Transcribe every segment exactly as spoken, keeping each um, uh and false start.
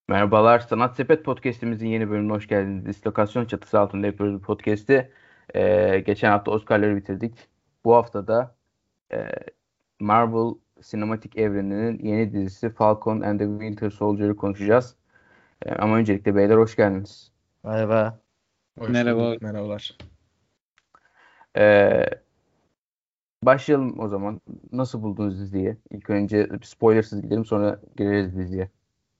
Merhabalar, Sanat Sepet Podcast'imizin yeni bölümüne hoş geldiniz. Dislokasyon çatısı altında yapıyoruz bu podcast'i. Ee, geçen hafta Oscar'ları bitirdik. Bu hafta da e, Marvel Sinematik Evreni'nin yeni dizisi Falcon and the Winter Soldier'ı konuşacağız. Ee, ama öncelikle beyler hoş geldiniz. Merhaba. Hoş Merhaba. bulduk, merhabalar. Ee, Başlayalım o zaman. Nasıl buldunuz diziyi? İlk önce spoilersız gidelim, sonra gireriz diziye.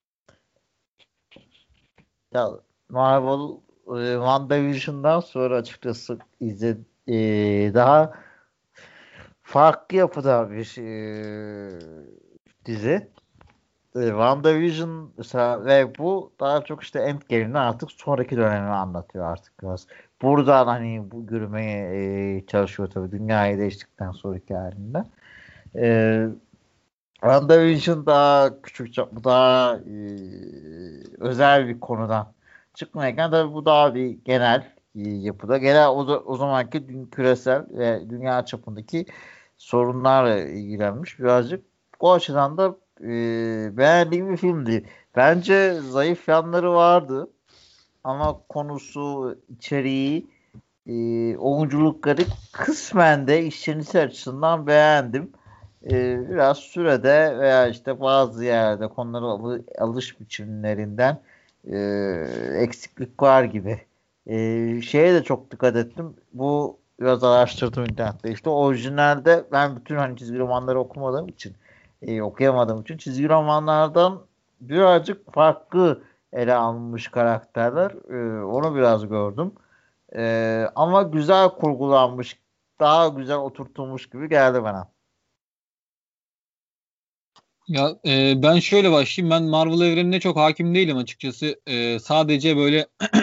Ya Marvel e, WandaVision'dan sonra açıkçası izle e, daha farklı yapıda bir e, dizi. E, WandaVision mesela ve bu daha çok işte Endgame'in artık sonraki dönemini anlatıyor artık biraz. Buradan hani bu yürümeye e, çalışıyor tabii dünyayı değiştikten sonraki halinde. E, WandaVision daha küçük çaplı, daha e, özel bir konudan çıkmayken tabii bu daha bir genel e, yapıda. Genel o, da- o zamanki dün- küresel ve dünya çapındaki sorunlarla ilgilenmiş birazcık. O açıdan da e, beğendiğim bir filmdi. Bence zayıf yanları vardı ama konusu, içeriği, e, oyunculukları kısmen de işlenisi açısından beğendim. E, biraz sürede veya işte bazı yerde konulara alı- alış biçimlerinden e, eksiklik var gibi. E, şeye de çok dikkat ettim. Bu biraz araştırdım internette. İşte orijinalde ben bütün hani çizgi romanları okumadığım için e, okuyamadığım için çizgi romanlardan birazcık farklı ele alınmış karakterler. E, onu biraz gördüm. Ee, ama güzel kurgulanmış, daha güzel oturtulmuş gibi geldi bana. Ya e, ben şöyle başlayayım. Ben Marvel evrenine çok hakim değilim açıkçası. E, sadece böyle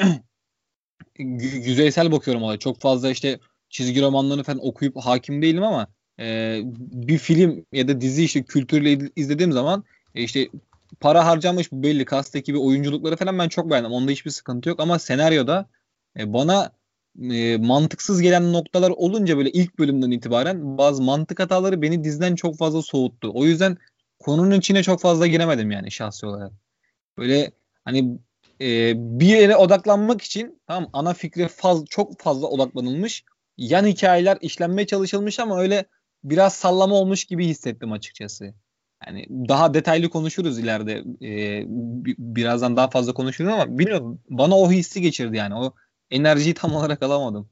gü- yüzeysel bakıyorum olaya. Çok fazla işte çizgi romanlarını falan okuyup hakim değilim ama e, bir film ya da dizi işte kültürle iz- izlediğim zaman e, işte para harcanmış belli kast ekibi oyunculukları falan ben çok beğendim. Onda hiçbir sıkıntı yok ama senaryoda e, bana e, mantıksız gelen noktalar olunca böyle ilk bölümden itibaren bazı mantık hataları beni diziden çok fazla soğuttu. O yüzden konunun içine çok fazla giremedim yani şahsi olarak. Böyle hani e, bir yere odaklanmak için tamam ana fikre faz, çok fazla odaklanılmış. Yan hikayeler işlenmeye çalışılmış ama öyle biraz sallama olmuş gibi hissettim açıkçası. Yani daha detaylı konuşuruz ileride. E, bi- birazdan daha fazla konuşuruz ama bilmiyorum bana o hissi geçirdi yani. O enerjiyi tam olarak alamadım.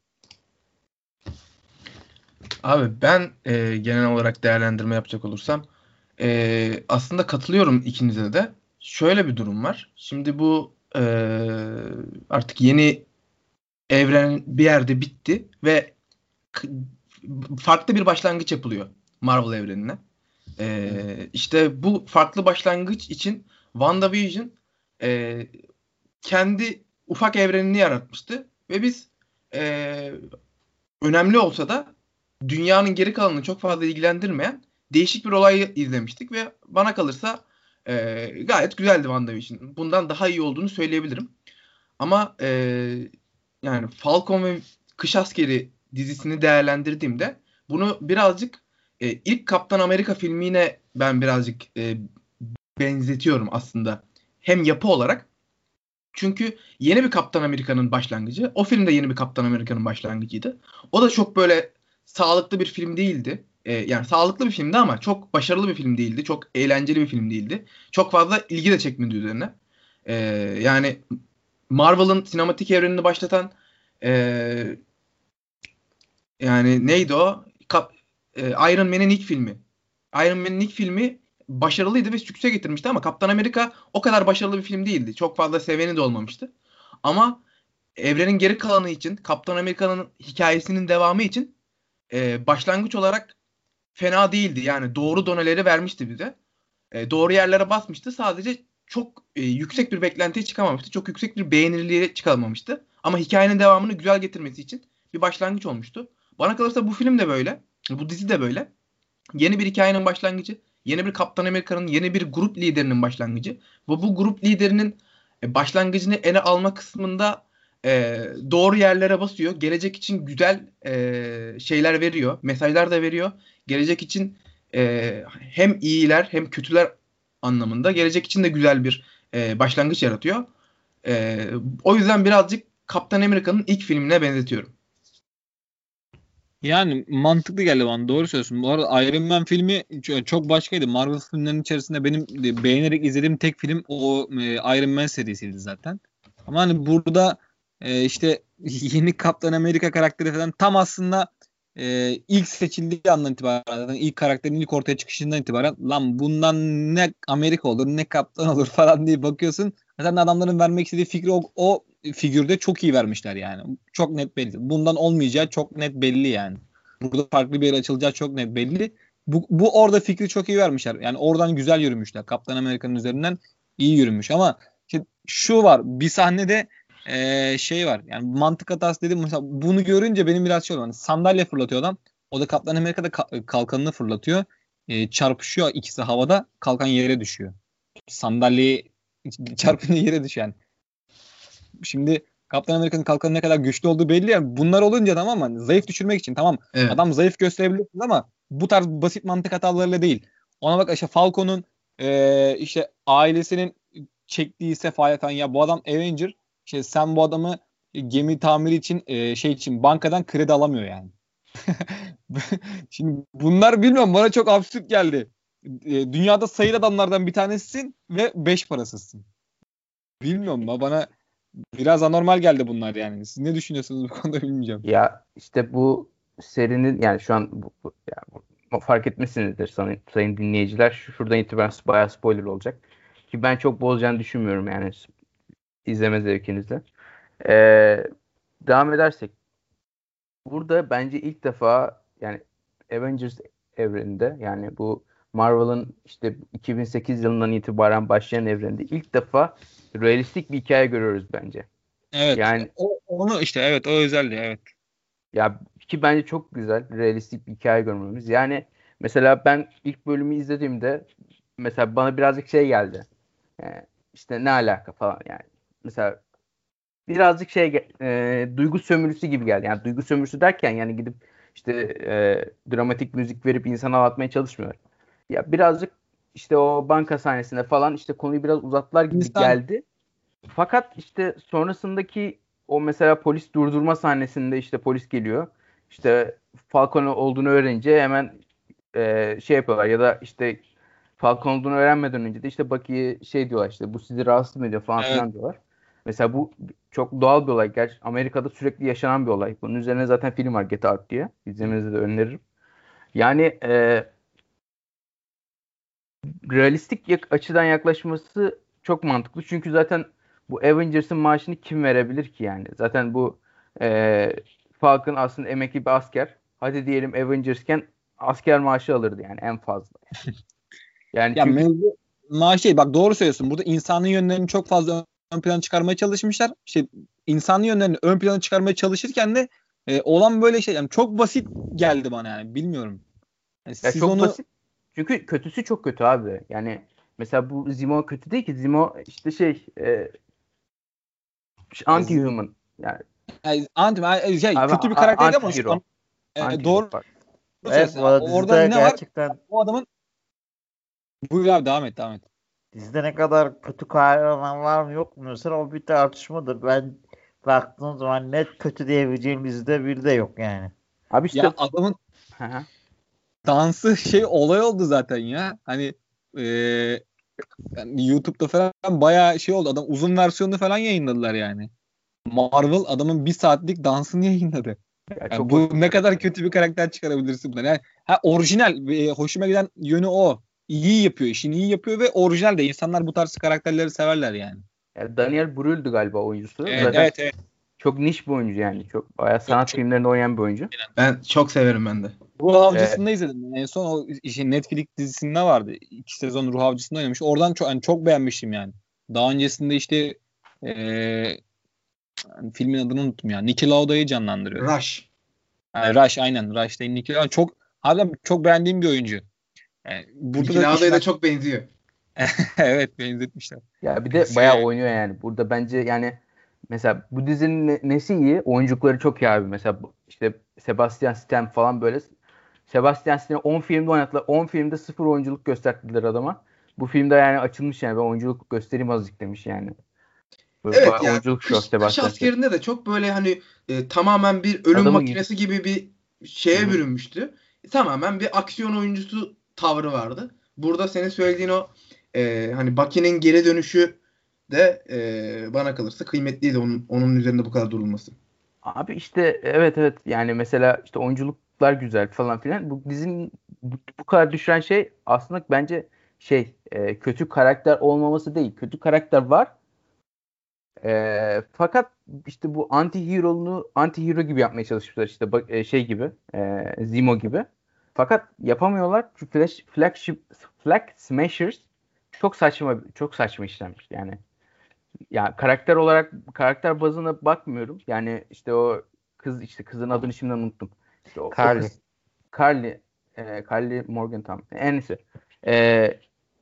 Abi ben e, genel olarak değerlendirme yapacak olursam e, aslında katılıyorum ikinize de. Şöyle bir durum var. Şimdi bu e, artık yeni evren bir yerde bitti ve k- farklı bir başlangıç yapılıyor Marvel evrenine. E, işte bu farklı başlangıç için WandaVision e, kendi ufak evrenini yaratmıştı ve biz e, önemli olsa da dünyanın geri kalanını çok fazla ilgilendirmeyen değişik bir olayı izlemiştik ve bana kalırsa e, gayet güzeldi WandaVision. Bundan daha iyi olduğunu söyleyebilirim. Ama e, yani Falcon ve Kış Askeri dizisini değerlendirdiğimde bunu birazcık e, ilk Kaptan Amerika filmine ben birazcık e, benzetiyorum aslında. Hem yapı olarak çünkü yeni bir Kaptan Amerika'nın başlangıcı. O film de yeni bir Kaptan Amerika'nın başlangıcıydı. O da çok böyle sağlıklı bir film değildi. Ee, yani sağlıklı bir filmdi ama çok başarılı bir film değildi. Çok eğlenceli bir film değildi. Çok fazla ilgi de çekmedi üzerine. Ee, yani Marvel'ın sinematik evrenini başlatan ee, yani neydi o? Kap, ee, Iron Man'in ilk filmi. Iron Man'in ilk filmi başarılıydı ve sükse getirmişti ama Kaptan Amerika o kadar başarılı bir film değildi. Çok fazla seveni de olmamıştı. Ama evrenin geri kalanı için, Kaptan Amerika'nın hikayesinin devamı için e, başlangıç olarak fena değildi. Yani doğru doneleri vermişti bize. E, doğru yerlere basmıştı. Sadece çok e, yüksek bir beklentiye çıkamamıştı. Çok yüksek bir beğenilirliğe çıkamamıştı. Ama hikayenin devamını güzel getirmesi için bir başlangıç olmuştu. Bana kalırsa bu film de böyle. Bu dizi de böyle. Yeni bir hikayenin başlangıcı. Yeni bir Kaptan Amerika'nın, yeni bir grup liderinin başlangıcı. Ve bu grup liderinin e, başlangıcını ele alma kısmında e, doğru yerlere basıyor. Gelecek için güzel e, şeyler veriyor. Mesajlar da veriyor. Gelecek için e, hem iyiler hem kötüler anlamında. Gelecek için de güzel bir e, başlangıç yaratıyor. E, o yüzden birazcık Kaptan Amerika'nın ilk filmine benzetiyorum. Yani mantıklı geldi bana. Doğru söylüyorsun. Bu arada Iron Man filmi çok başkaydı. Marvel filmlerinin içerisinde benim beğenerek izlediğim tek film o e, Iron Man serisiydi zaten. Ama hani burada e, işte yeni Kaptan Amerika karakteri falan tam aslında e, ilk seçildiği andan itibaren zaten ilk karakterin ilk ortaya çıkışından itibaren lan bundan ne Amerika olur ne kaptan olur falan diye bakıyorsun. Zaten adamların vermek istediği fikri o, o figürde çok iyi vermişler yani. Çok net belli. Bundan olmayacağı çok net belli yani. Burada farklı bir yer açılacağı çok net belli. Bu, bu orada fikri çok iyi vermişler. Yani oradan güzel yürümüşler. Kaptan Amerika'nın üzerinden iyi yürümüş ama işte şu var. Bir sahnede ee, şey var. Yani mantık hatası dedim. Mesela bunu görünce benim biraz şey oluyor. Hani sandalye fırlatıyor adam. O da Kaptan Amerika'da ka- kalkanını fırlatıyor. Ee, çarpışıyor ikisi havada. Kalkan yere düşüyor. Sandalyeyi çarpınca yere düşüyor yani. Şimdi Kaptan Amerika'nın kalkanı ne kadar güçlü olduğu belli yani. Bunlar olunca tamam mı? Hani zayıf düşürmek için tamam. Evet. Adam zayıf gösterebilirsiniz ama bu tarz basit mantık hatalarıyla değil. Ona bak işte Falcon'un e, işte ailesinin çektiği sefaya falan ya bu adam Avenger. İşte sen bu adamı gemi tamiri için e, şey için bankadan kredi alamıyor yani. Şimdi bunlar bilmiyorum bana çok absürt geldi. E, dünyada sayılı adamlardan bir tanesisin ve beş parasızsın. Bilmiyorum da bana biraz anormal geldi bunlar yani. Siz ne düşünüyorsunuz bu konuda bilmeyeceğim. Ya işte bu serinin yani şu an bu, bu, yani bu- fark etmişsinizdir sayın, sayın dinleyiciler. Şu, şuradan itibaren bayağı spoiler olacak. Ki ben çok bozacağını düşünmüyorum yani izleme zevkinizle. Ee, devam edersek. Burada bence ilk defa yani Avengers evreninde yani bu Marvel'ın işte iki bin sekiz yılından itibaren başlayan evreninde ilk defa realistik bir hikaye görüyoruz bence. Evet. Yani O, onu işte evet o özelliği evet. ya ki bence çok güzel realistik bir hikaye görmemiz. Yani mesela ben ilk bölümü izlediğimde mesela bana birazcık şey geldi. Ee, işte ne alaka falan yani. Mesela birazcık şey e, duygu sömürüsü gibi geldi. Yani duygu sömürüsü derken yani gidip işte e, dramatik müzik verip insana anlatmaya çalışmıyor. Ya birazcık işte o banka sahnesinde falan işte konuyu biraz uzattılar gibi İnsan geldi. Fakat işte sonrasındaki o mesela polis durdurma sahnesinde işte polis geliyor. İşte Falcon olduğunu öğrenince hemen e, şey yapıyorlar ya da işte Falcon olduğunu öğrenmeden önce de işte Bucky'ye şey diyorlar işte bu sizi rahatsız mı ediyor falan evet. filan diyorlar. Mesela bu çok doğal bir olay. Gerçi Amerika'da sürekli yaşanan bir olay. Bunun üzerine zaten film var Get Out diye. İzlemenizi de öneririm. Yani e, realistik yak- açıdan yaklaşması çok mantıklı. Çünkü zaten bu Avengers'ın maaşını kim verebilir ki yani? Zaten bu e, Falcon aslında emekli bir asker. Hadi diyelim Avengers'ken asker maaşı alırdı yani en fazla. Yani Ya çünkü mevzu maaş değil. Bak doğru söylüyorsun. Burada insanın yönlerini çok fazla ön plana çıkarmaya çalışmışlar. İşte insanın yönlerini ön plana çıkarmaya çalışırken de e, olan böyle şey yani çok basit geldi bana yani bilmiyorum. Yani ya siz çok onu basit. Çünkü kötüsü çok kötü abi. Yani mesela bu Zemo kötü değil ki. Zemo işte şey e, anti-human. Yani yani, anti, şey, abi kötü bir a- karakterdi ama şu anti-hero. an e, Anti-hero doğru pardon. Evet, söylüyorsun. bu arada Orada dizide ne var? gerçekten O adamın buyur abi devam et devam et. dizide ne kadar kötü kahraman var mı yok mu mesela o bir tartışmadır. Ben baktığım zaman net kötü diyebileceğim dizide bir de yok yani. Abi işte Ya adamın hı hı. dansı şey olay oldu zaten ya. Hani e, yani YouTube'da falan bayağı şey oldu. Adam uzun versiyonunu falan yayınladılar yani. Marvel adamın bir saatlik dansını yayınladı. Ya Yani çok hoş. bu ne kadar kötü bir karakter çıkarabilirsin bundan. Yani ha, orijinal e, hoşuma giden yönü o. İyi yapıyor, işini iyi yapıyor ve orijinal de insanlar bu tarz karakterleri severler yani. Ya Daniel Brühl'dü galiba oyuncusu. Evet, Zaten evet, evet. çok niş bir oyuncu yani. Çok bayağı Çok, sanat çok. filmlerinde oynayan bir oyuncu. Ben çok severim ben de. Ruh Ee, Avcısı'nda izledim. En son o işte Netflix dizisinde vardı. İki sezon Ruh Avcısı'nda oynamış. Oradan çok yani çok beğenmiştim yani. Daha öncesinde işte eee hani filmin adını unuttum ya. Niki Lauda'yı canlandırıyordu. Rush. Yani Rush aynen. Rush değil Niki Lauda. Çok harbiden çok beğendiğim bir oyuncu. Yani burada Niki da Lauda'ya işin da çok benziyor. evet benzetmişler. ya bir de Benziyor bayağı yani. oynuyor yani. Burada bence yani mesela bu dizinin ne- nesi iyi? Oyunculukları çok iyi abi. Mesela bu- işte Sebastian Stan falan böyle. Sebastian Stan'ı on filmde oynattılar. on filmde sıfır oyunculuk gösterdiler adama. bu filmde yani açılmış yani ben oyunculuk göstereyim azıcık demiş yani. Böyle Evet bayağı yani oyunculuk şu kış, işte kış başta. askerinde de çok böyle hani e, tamamen bir ölüm Adamın makinesi gibi bir şeye Hı-hı. bürünmüştü. E, tamamen bir aksiyon oyuncusu tavrı vardı. Burada senin söylediğin o e, hani Bucky'nin geri dönüşü de e, bana kalırsa kıymetliydi onun, onun üzerinde bu kadar durulması. Abi işte evet evet yani mesela işte oyunculuklar güzel falan filan. Bu dizinin bu, bu kadar düşüren şey aslında bence şey e, kötü karakter olmaması değil. Kötü karakter var. E, fakat işte bu anti-hero'nu anti-hero gibi yapmaya çalışmışlar işte bak, e, şey gibi e, Zemo gibi. Fakat yapamıyorlar. Çünkü Flash, Flagship, Flag Smashers çok saçma çok saçma işlenmiş yani. Ya karakter olarak karakter bazına bakmıyorum. Yani işte o kız işte kızın adını şimdiden unuttum. İşte o, o Carly. kız Carly e, Carly Morgenthau. En iyisi. E,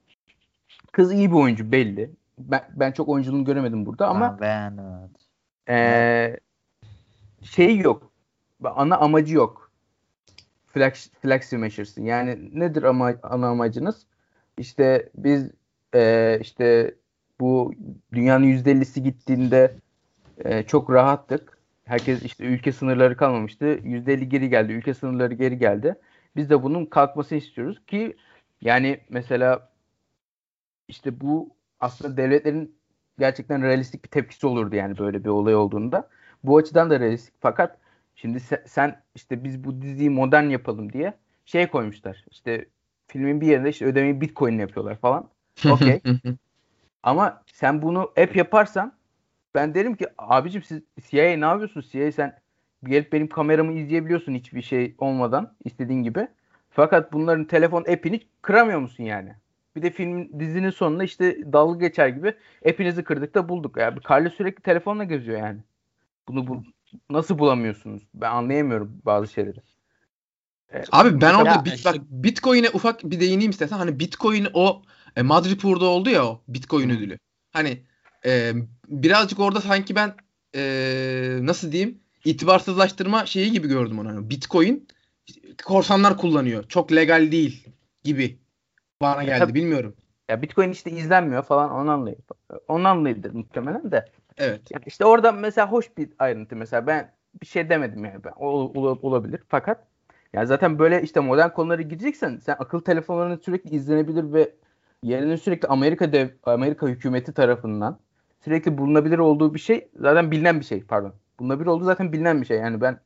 kız iyi bir oyuncu belli. Ben, ben çok oyunculuğunu göremedim burada ama Ben beğendim. Evet. Evet. e, şeyi yok. Ana amacı yok. Flag, Flag Smashers'ın. Yani nedir ama ana amacınız? İşte biz e, işte bu dünyanın yüzde ellisi gittiğinde e, çok rahattık. Herkes işte ülke sınırları kalmamıştı. yüzde elli geri geldi. Ülke sınırları geri geldi. Biz de bunun kalkmasını istiyoruz ki yani mesela işte bu aslında devletlerin gerçekten realistik bir tepkisi olurdu yani böyle bir olay olduğunda. Bu açıdan da realistik fakat şimdi sen, sen işte biz bu diziyi modern yapalım diye şey koymuşlar. İşte filmin bir yerinde işte ödemeyi Bitcoin yapıyorlar falan. Okey. Ama sen bunu app yaparsan ben derim ki abicim siz C I A ne yapıyorsunuz? C I A sen gelip benim kameramı izleyebiliyorsun hiçbir şey olmadan istediğin gibi. Fakat bunların telefon app'ini kıramıyor musun yani? Bir de film dizinin sonunda işte dalga geçer gibi app'inizi kırdık da bulduk. Ya yani Carly sürekli telefonla geziyor yani. Bunu bu, nasıl bulamıyorsunuz? Ben anlayamıyorum bazı şeyleri. Ee, Abi ben mesela orada Ya bit, işte bak Bitcoin'e ufak bir değineyim istersen. Hani Bitcoin o e, Madripoor'da oldu ya o Bitcoin Hı-hı. ödülü. Hani e, birazcık orada sanki ben e, nasıl diyeyim itibarsızlaştırma şeyi gibi gördüm onu. Hani Bitcoin korsanlar kullanıyor. Çok legal değil gibi bana ya, tabii, geldi. Bilmiyorum. ya Bitcoin işte izlenmiyor falan onu anlayıp. Onu anlayıdır muhtemelen de. Evet. Yani işte orada mesela hoş bir ayrıntı mesela ben bir şey demedim yani ben ol, ol- olabilir fakat ya zaten böyle işte modern konulara gireceksen sen akıl telefonlarının sürekli izlenebilir ve yerinin sürekli Amerika dev Amerika hükümeti tarafından sürekli bulunabilir olduğu bir şey zaten bilinen bir şey pardon. Bulunabilir olduğu zaten bilinen bir şey. Yani ben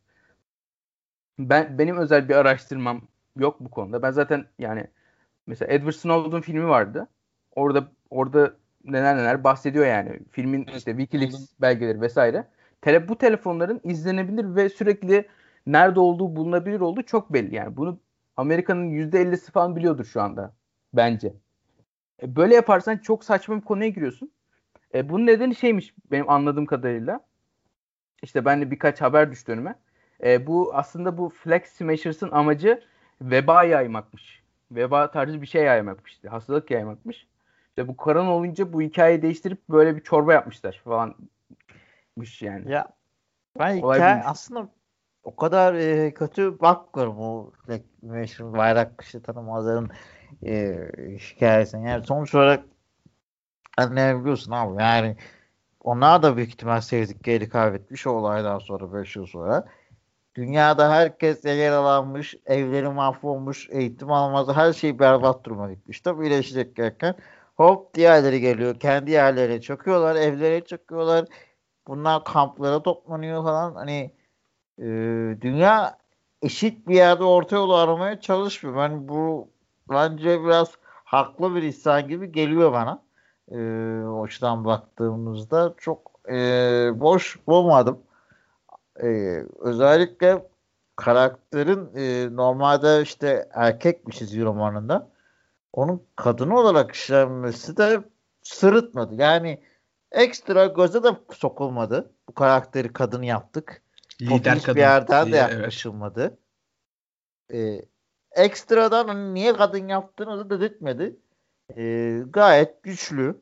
ben benim özel bir araştırmam yok bu konuda. Ben zaten yani mesela Edward Snowden filmi vardı. Orada orada neler neler bahsediyor yani. Filmin evet, işte Snowden WikiLeaks belgeleri vesaire. Tele, bu telefonların izlenebilir ve sürekli nerede olduğu bulunabilir olduğu çok belli. Yani bunu Amerika'nın yüzde ellisi falan biliyordur şu anda bence. E, böyle yaparsan çok saçma bir konuya giriyorsun. E, bunun nedeni şeymiş benim anladığım kadarıyla. İşte ben de birkaç haber düştü önüme. E, bu aslında bu Flag Smashers'ın amacı veba yaymakmış. Veba tarzı bir şey yaymakmış. İşte, hastalık yaymakmış. İşte bu korona olunca bu hikayeyi değiştirip böyle bir çorba yapmışlar falanmış yani. ya ben Olay hikaye buymuş. aslında o kadar e, kötü bakmıyorum o meşhur bayrak işte tanımazların e, hikayesine. Yani sonuç olarak anlayabiliyorsun abi. Yani onlar da büyük ihtimal sevdikleri kaybetmiş o olaydan sonra beş yıl sonra. Dünyada herkes yaralanmış, evleri mahvolmuş, eğitim almazı her şey berbat duruma gitmiş. Tabii iyileşecekken hop diğerleri geliyor. Kendi yerlerine çöküyorlar, evlere çöküyorlar. Bunlar kamplara toplanıyor falan. Hani e, dünya eşit bir yerde orta yolu aramaya çalışmıyor. Ben bu bence biraz haklı bir isyan gibi geliyor bana. E, o açıdan baktığımızda çok e, boş bulmadım. E, özellikle karakterin e, normalde işte erkekmiş çizgi romanında. Onun kadın olarak işlenmesi de sırıtmadı. Yani ekstra göze de sokulmadı. Bu karakteri kadın yaptık. Lider Popülist bir kadın yerden de diye evet. yaklaşılmadı. Ee, ekstradan hani niye kadın yaptığını da dedirtmedi. Ee, gayet güçlü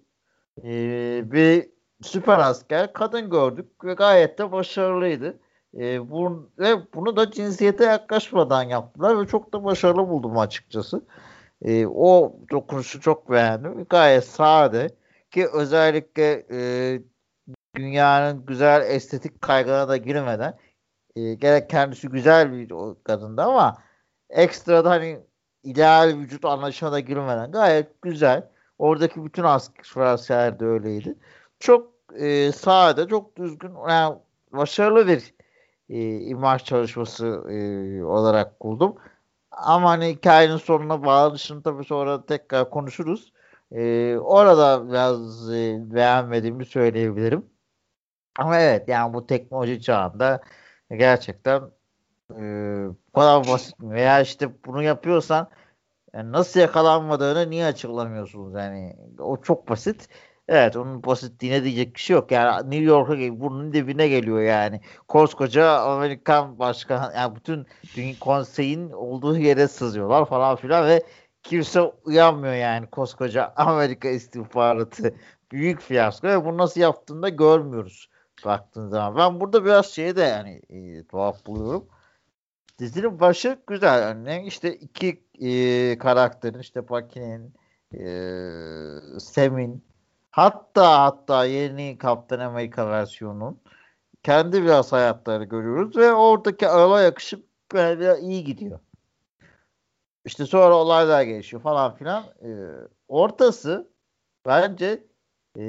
ee, bir süper asker kadın gördük ve gayet de başarılıydı. Ee, bu, ve bunu da cinsiyete yaklaşmadan yaptılar ve çok da başarılı buldum açıkçası. E, o dokunuşu çok beğendim. Gayet sade ki özellikle e, dünyanın güzel estetik kaygılarına da girmeden e, gerek kendisi güzel bir o kadındı ama ekstra da hani ideal vücut anlayışına da girmeden gayet güzel. Oradaki bütün asker de öyleydi. Çok e, sade, çok düzgün, yani başarılı bir e, imaj çalışması e, olarak buldum. Ama hani hikayenin sonuna bağlanışını tabii sonra tekrar konuşuruz. E, orada biraz e, beğenmediğimi söyleyebilirim. Ama evet, yani bu teknoloji çağında gerçekten e, bu kadar basit mi? Veya işte bunu yapıyorsan yani nasıl yakalanmadığını niye açıklamıyorsunuz? Yani o çok basit. Evet, onun basitliğine diyecek bir şey yok. Yani New York'a gel- burnunun dibine geliyor yani. Koskoca Amerikan başkan, yani bütün dünya konseyin olduğu yere sızıyorlar falan filan ve kimse uyanmıyor yani, koskoca Amerika istihbaratı. Büyük fiyasko ve bunu nasıl yaptığını da görmüyoruz baktığın zaman. Ben burada biraz şeyi de yani e, tuhaf buluyorum. Dizinin başı güzel. Yani işte iki e, karakterin, işte Bucky'nin, e, Sam'in, hatta hatta yeni Kaptan Amerika versiyonunun kendi biraz hayatları görüyoruz ve oradaki olay akışı böyle biraz iyi gidiyor. İşte sonra olaylar gelişiyor falan filan. E, ortası bence e,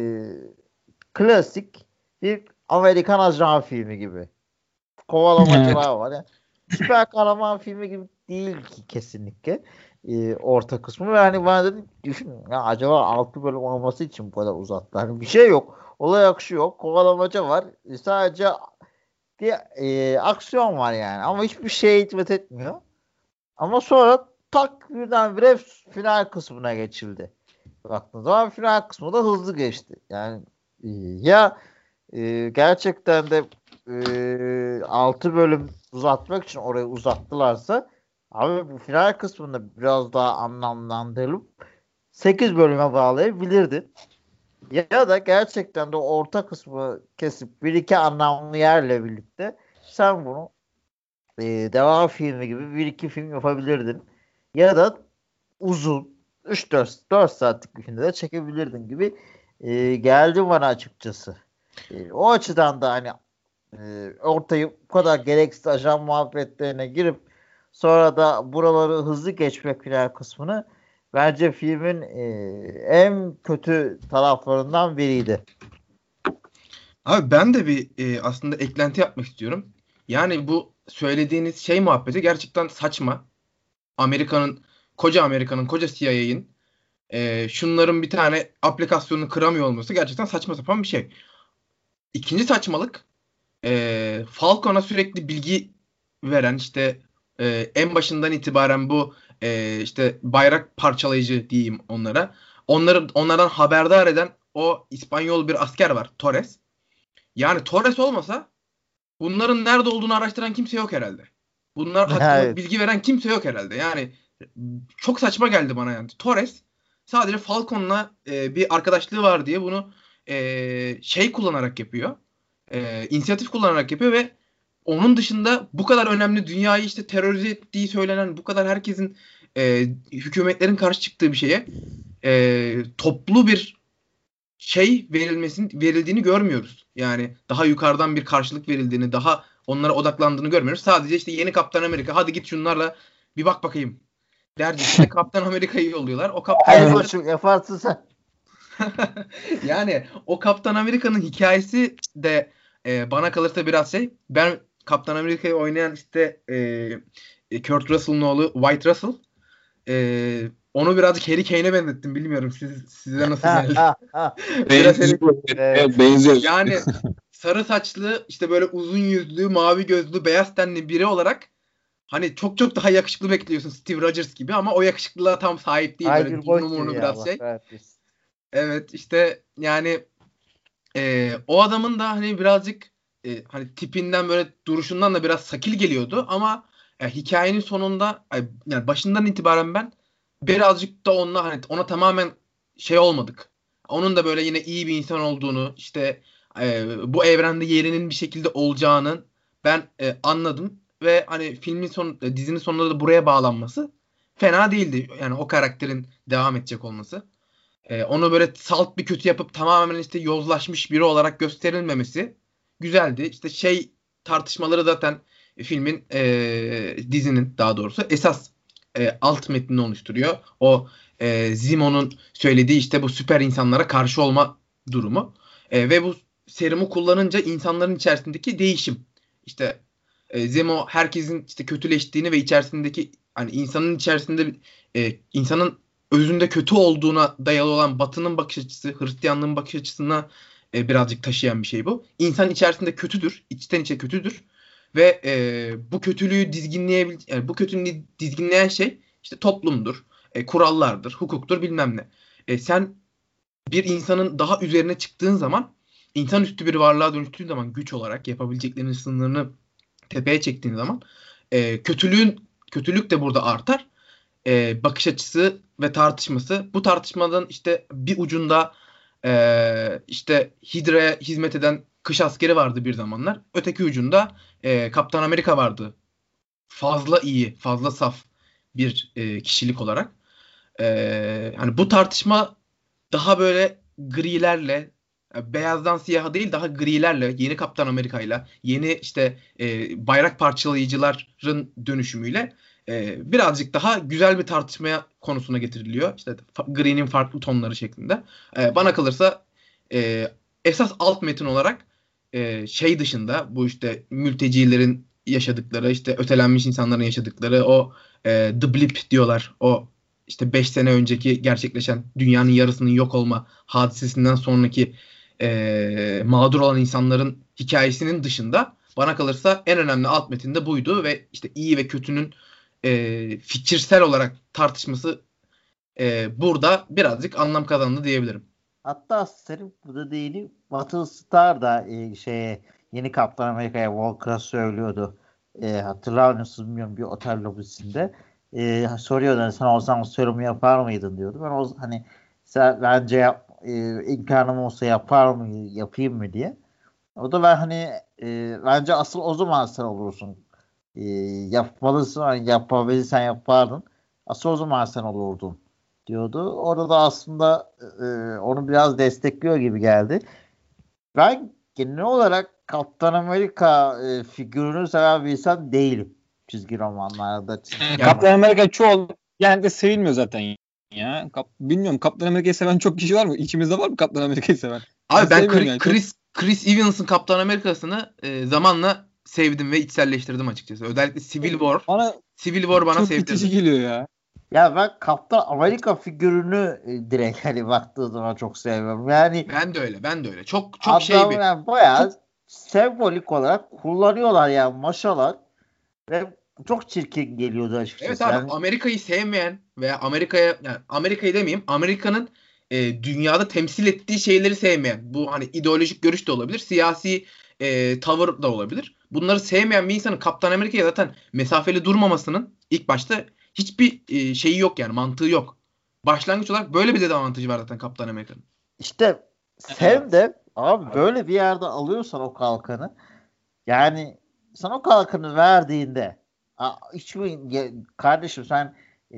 klasik bir Amerikan ajan filmi gibi. Kovalamacılar var ya. Süper kahraman filmi gibi değil ki kesinlikle e, orta kısmı. Ve hani bana dedim, düşün ya, acaba altı bölüm olması için bu kadar uzattılar. Hani bir şey yok. Olay akışı yok. Kovalamaca var. E, sadece bir e, aksiyon var yani. Ama hiçbir şeye hizmet etmiyor. Ama sonra tak birdenbire final kısmına geçildi. Baktığınız zaman final kısmı da hızlı geçti. Yani e, ya e, gerçekten de e, altı bölüm uzatmak için orayı uzattılarsa, abi bu final kısmında biraz daha anlamlandırılıp sekiz bölüme bağlayabilirdin. Ya da gerçekten de orta kısmı kesip bir iki anlamlı yerle birlikte sen bunu e, devam filmi gibi bir iki film yapabilirdin. Ya da uzun üç dört dört saatlik bir filmde de çekebilirdin gibi e, geldi bana açıkçası. E, o açıdan da hani e, ortayı bu kadar gereksiz ajan muhabbetlerine girip sonra da buraları hızlı geçmek final kısmını bence filmin e, en kötü taraflarından biriydi. Abi ben de bir e, aslında eklenti yapmak istiyorum. Yani bu söylediğiniz şey muhabbeti gerçekten saçma. Amerika'nın, koca Amerika'nın, koca C I A'in e, şunların bir tane aplikasyonunu kıramıyor olması gerçekten saçma sapan bir şey. İkinci saçmalık, e, Falcon'a sürekli bilgi veren, işte e, en başından itibaren bu e, işte bayrak parçalayıcı diyeyim onlara. Onları onlardan haberdar eden o İspanyol bir asker var, Torres. Yani Torres olmasa bunların nerede olduğunu araştıran kimse yok herhalde. Bunlar hakkında Evet. bilgi veren kimse yok herhalde. Yani çok saçma geldi bana yani. Torres sadece Falcon'la e, bir arkadaşlığı var diye bunu e, şey kullanarak yapıyor. E, inisiyatif kullanarak yapıyor ve onun dışında bu kadar önemli, dünyayı işte terörize ettiği söylenen, bu kadar herkesin e, hükümetlerin karşı çıktığı bir şeye e, toplu bir şey verilmesinin verildiğini görmüyoruz. Yani daha yukarıdan bir karşılık verildiğini, daha onlara odaklandığını görmüyoruz. Sadece işte yeni Kaptan Amerika, hadi git şunlarla bir bak bakayım dercesine Kaptan Amerika'yı yolluyorlar. O Kaptan Hadi Amerika koçum, yaparsın sen. yani o Kaptan Amerika'nın hikayesi de e, bana kalırsa biraz şey. Ben Kaptan Amerika'yı oynayan işte e, Kurt Russell'ın oğlu White Russell, e, onu birazcık Harry Kane'e benzettim. Bilmiyorum siz, size nasıl geldi. Biraz Harry Benziyor. Evet. Benziyor. Yani sarı saçlı, işte böyle uzun yüzlü, mavi gözlü, beyaz tenli biri olarak hani çok çok daha yakışıklı bekliyorsun, Steve Rogers gibi, ama o yakışıklılığa tam sahip değil. Ay Böyle bir burnu boş ver burnu ya, biraz Allah şey. kahretsin. Evet işte yani e, o adamın da hani birazcık e, hani tipinden, böyle duruşundan da biraz sakil geliyordu ama e, hikayenin sonunda, ay, yani başından itibaren ben birazcık da onunla hani ona tamamen şey olmadık. Onun da böyle yine iyi bir insan olduğunu, işte e, bu evrende yerinin bir şekilde olacağını ben e, anladım ve hani filmin son, e, dizinin sonunda da buraya bağlanması fena değildi. Yani o karakterin devam edecek olması. Ee, onu böyle salt bir kötü yapıp tamamen işte yozlaşmış biri olarak gösterilmemesi güzeldi. İşte şey tartışmaları zaten filmin e, dizinin daha doğrusu esas e, alt metnini oluşturuyor. O e, Zemo'nun söylediği işte bu süper insanlara karşı olma durumu. E, ve bu serumu kullanınca insanların içerisindeki değişim. İşte e, Zemo herkesin işte kötüleştiğini ve içerisindeki hani insanın içerisinde e, insanın özünde kötü olduğuna dayalı olan Batı'nın bakış açısı, Hristiyanlığın bakış açısına e, birazcık taşıyan bir şey bu. İnsan içerisinde kötüdür, içten içe kötüdür ve e, bu kötülüğü dizginleyebil yani bu kötülüğü dizginleyen şey işte toplumdur, e, kurallardır, hukuktur bilmem ne. E, sen bir insanın daha üzerine çıktığın zaman, insanüstü bir varlığa dönüştüğün zaman güç olarak yapabileceklerinin sınırını tepeye çektiğin zaman e, kötülüğün kötülük de burada artar. E, bakış açısı ve tartışması. Bu tartışmadan işte bir ucunda e, işte Hydra'ya hizmet eden kış askeri vardı bir zamanlar. Öteki ucunda e, Kaptan Amerika vardı. Fazla iyi, fazla saf bir e, kişilik olarak. E, hani bu tartışma daha böyle grilerle, beyazdan siyaha değil daha grilerle, yeni Kaptan Amerika'yla, yeni işte e, bayrak parçalayıcıların dönüşümüyle e, birazcık daha güzel bir tartışmaya konusuna getiriliyor. İşte fa- gri'nin farklı tonları şeklinde. E, bana kalırsa e, esas alt metin olarak e, şey dışında bu işte mültecilerin yaşadıkları, işte ötelenmiş insanların yaşadıkları o e, The Blip diyorlar. O işte beş sene önceki gerçekleşen dünyanın yarısının yok olma hadisesinden sonraki e, mağdur olan insanların hikayesinin dışında bana kalırsa en önemli alt metinde buydu ve işte iyi ve kötünün e, fikirsel olarak tartışması e, burada birazcık anlam kazandı diyebilirim. Hatta senin burada değil, Battle Star da e, şeye yeni Kaptan Amerika'ya Walker'a söylüyordu. E, hatırlar mısın bilmiyorum, bir otel lobisinde. E, soruyordu hani, sen olsan serumu yapar mıydın diyordu. Ben o hani sen bence yap, e, imkanım olsa yapar mı yapayım mı diye. O da ben hani e, bence asıl o zaman sen olursun. E, yapmalısın, hani yapabilirsen yapardın. Asıl o zaman sen olurdun diyordu. Orada da aslında e, onu biraz destekliyor gibi geldi. Ben genel olarak Kaptan Amerika e, figürünü seven bir insan değilim. Çizgi romanlarda. Çizgi Yani- Kaptan Amerika çoğu genellikle sevilmiyor zaten ya. Kap, bilmiyorum, Kaptan Amerika'yı seven çok kişi var mı? İçimizde var mı Kaptan Amerika'yı seven? Abi ben sevmiyorum Chris, yani. Çok- Chris, Chris Evans'ın Kaptan Amerika'sını e, zamanla sevdim ve içselleştirdim açıkçası. Özellikle Civil War. Bana Civil War bana çok itici sevdirdi. geliyor ya. Ya ben Kaptan Amerika figürünü e, direkt hani baktığı zaman çok seviyorum. Yani Ben de öyle, ben de öyle. Çok çok şey adam bir yani bayağı çok sembolik olarak kullanıyorlar yani, maşalar ve çok çirkin geliyordu evet açıkçası. abi, Yani Amerika'yı sevmeyen veya Amerika'ya yani Amerika'yı demeyeyim, Amerika'nın e, dünyada temsil ettiği şeyleri sevmeyen, bu hani ideolojik görüş de olabilir, siyasi e, tavır da olabilir. Bunları sevmeyen bir insanın Kaptan Amerika'ya zaten mesafeli durmamasının ilk başta hiçbir e, şeyi yok, yani mantığı yok. Başlangıç olarak böyle bir dezavantajı var zaten Kaptan Amerika'nın. işte sen de abi böyle bir yerde alıyorsan o kalkanı, yani sana o kalkanı verdiğinde a, hiçbir ya- kardeşim sen e,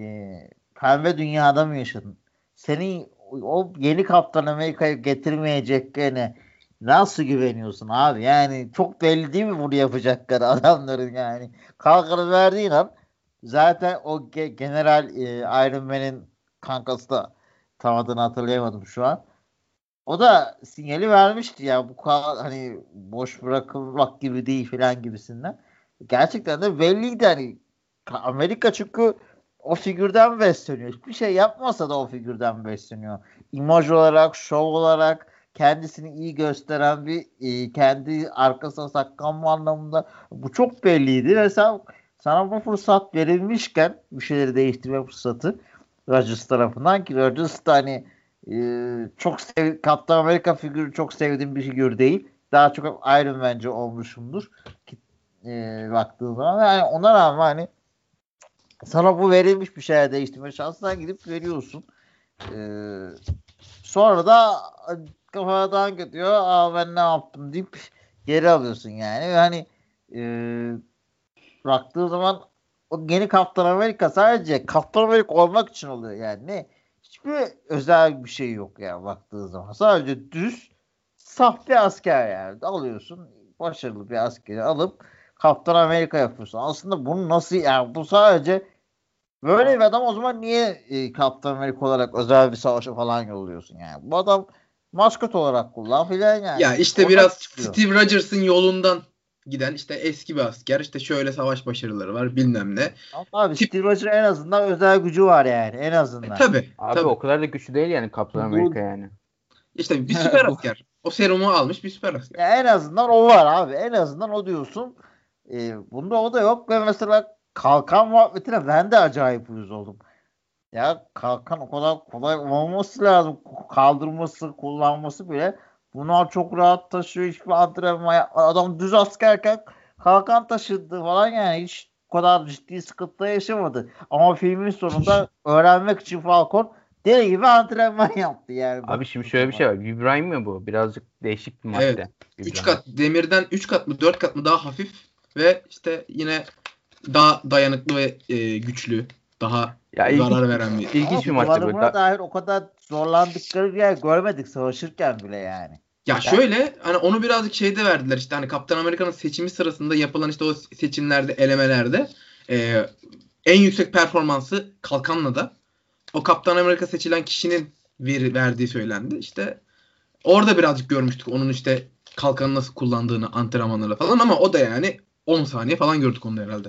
pembe dünyada mı yaşadın? Senin o yeni Kaptan Amerika'yı getirmeyeceklerine nasıl güveniyorsun abi? Yani çok belli değil mi bunu yapacakları adamların yani. Kalkanı verdiğin an zaten o ge- General e, Iron Man'in kankası da, tam adını hatırlayamadım şu an. O da sinyali vermişti ya, bu kadar hani boş bırakılmak gibi değil falan gibisinden. Gerçekten de belliydi hani, Amerika çünkü o figürden besleniyor. Hiçbir şey yapmasa da o figürden besleniyor. İmaj olarak, şov olarak kendisini iyi gösteren bir e, kendi arkasına saklanma anlamında bu çok belliydi ve sen, sana bu fırsat verilmişken bir şeyleri değiştirme fırsatı Rogers tarafından, ki Rogers da hani ee, çok sev Kaptan Amerika figürü çok sevdiğim bir figür değil. Daha çok Iron Man'ci olmuşumdur. Ki, e, baktığın zaman. Yani ona rağmen hani sana bu verilmiş bir şeye değiştirme şansına gidip veriyorsun. Ee, sonra da kafadan gidiyor. Aa, ben ne yaptım deyip geri alıyorsun yani. Yani e, baktığı zaman o yeni Kaptan Amerika sadece Kaptan Amerika olmak için oluyor yani. Ne? Hiçbir özel bir şey yok yani baktığı zaman. Sadece düz saf bir asker yani. Alıyorsun başarılı bir askeri alıp Kaptan Amerika yapıyorsun. Aslında bunu nasıl yani bu sadece böyle bir adam o zaman niye e, Kaptan Amerika olarak özel bir savaşa falan yolluyorsun yani. Bu adam maskot olarak kullan filan yani. Ya işte Oradan biraz çıkıyor. Steve Rogers'ın yolundan giden işte eski bir asker işte şöyle savaş başarıları var bilmem ne. Ama abi Tip, Steve Rogers'ın en azından özel gücü var yani en e, azından. tabii Abi tabii. o kadar da güçlü değil yani Kaptan Bu Amerika yani. İşte bir süper bu asker. O serumu almış bir süper asker. Ya en azından o var abi. En azından o diyorsun. Ee, bunda o da yok ve mesela kalkan muhabbetine ben de acayip uyuz oldum. Ya kalkan o kadar kolay olmaması lazım. Kaldırması, kullanması bile. Bunlar çok rahat taşıyor. Hiçbir antrenman yap- adam düz askerken kalkan taşıdı falan yani hiç o kadar ciddi sıkıntı yaşamadı. Ama filmin sonunda öğrenmek için Falcon deli gibi antrenman yaptı yani. Abi şimdi baktığı şöyle bir zaman. şey var. Vibranium mi bu? Birazcık değişik bir Evet. madde. üç Vibranium. kat demirden üç kat mı dört kat mı daha hafif ve işte yine daha dayanıklı ve e, güçlü. Daha Ya ilginç, zarar veren bir. ilginç Ama bir madde böyle. kullanımına Da- dair o kadar zorlandıkları bir yer görmedik savaşırken bile yani. Ya Ya, şöyle hani onu birazcık şeyde verdiler işte hani Kaptan Amerika'nın seçimi sırasında yapılan işte o seçimlerde elemelerde e, en yüksek performansı kalkanla da o Kaptan Amerika seçilen kişinin ver, verdiği söylendi. İşte orada birazcık görmüştük onun işte kalkanı nasıl kullandığını antrenmanlarla falan ama o da yani on saniye falan gördük onu herhalde.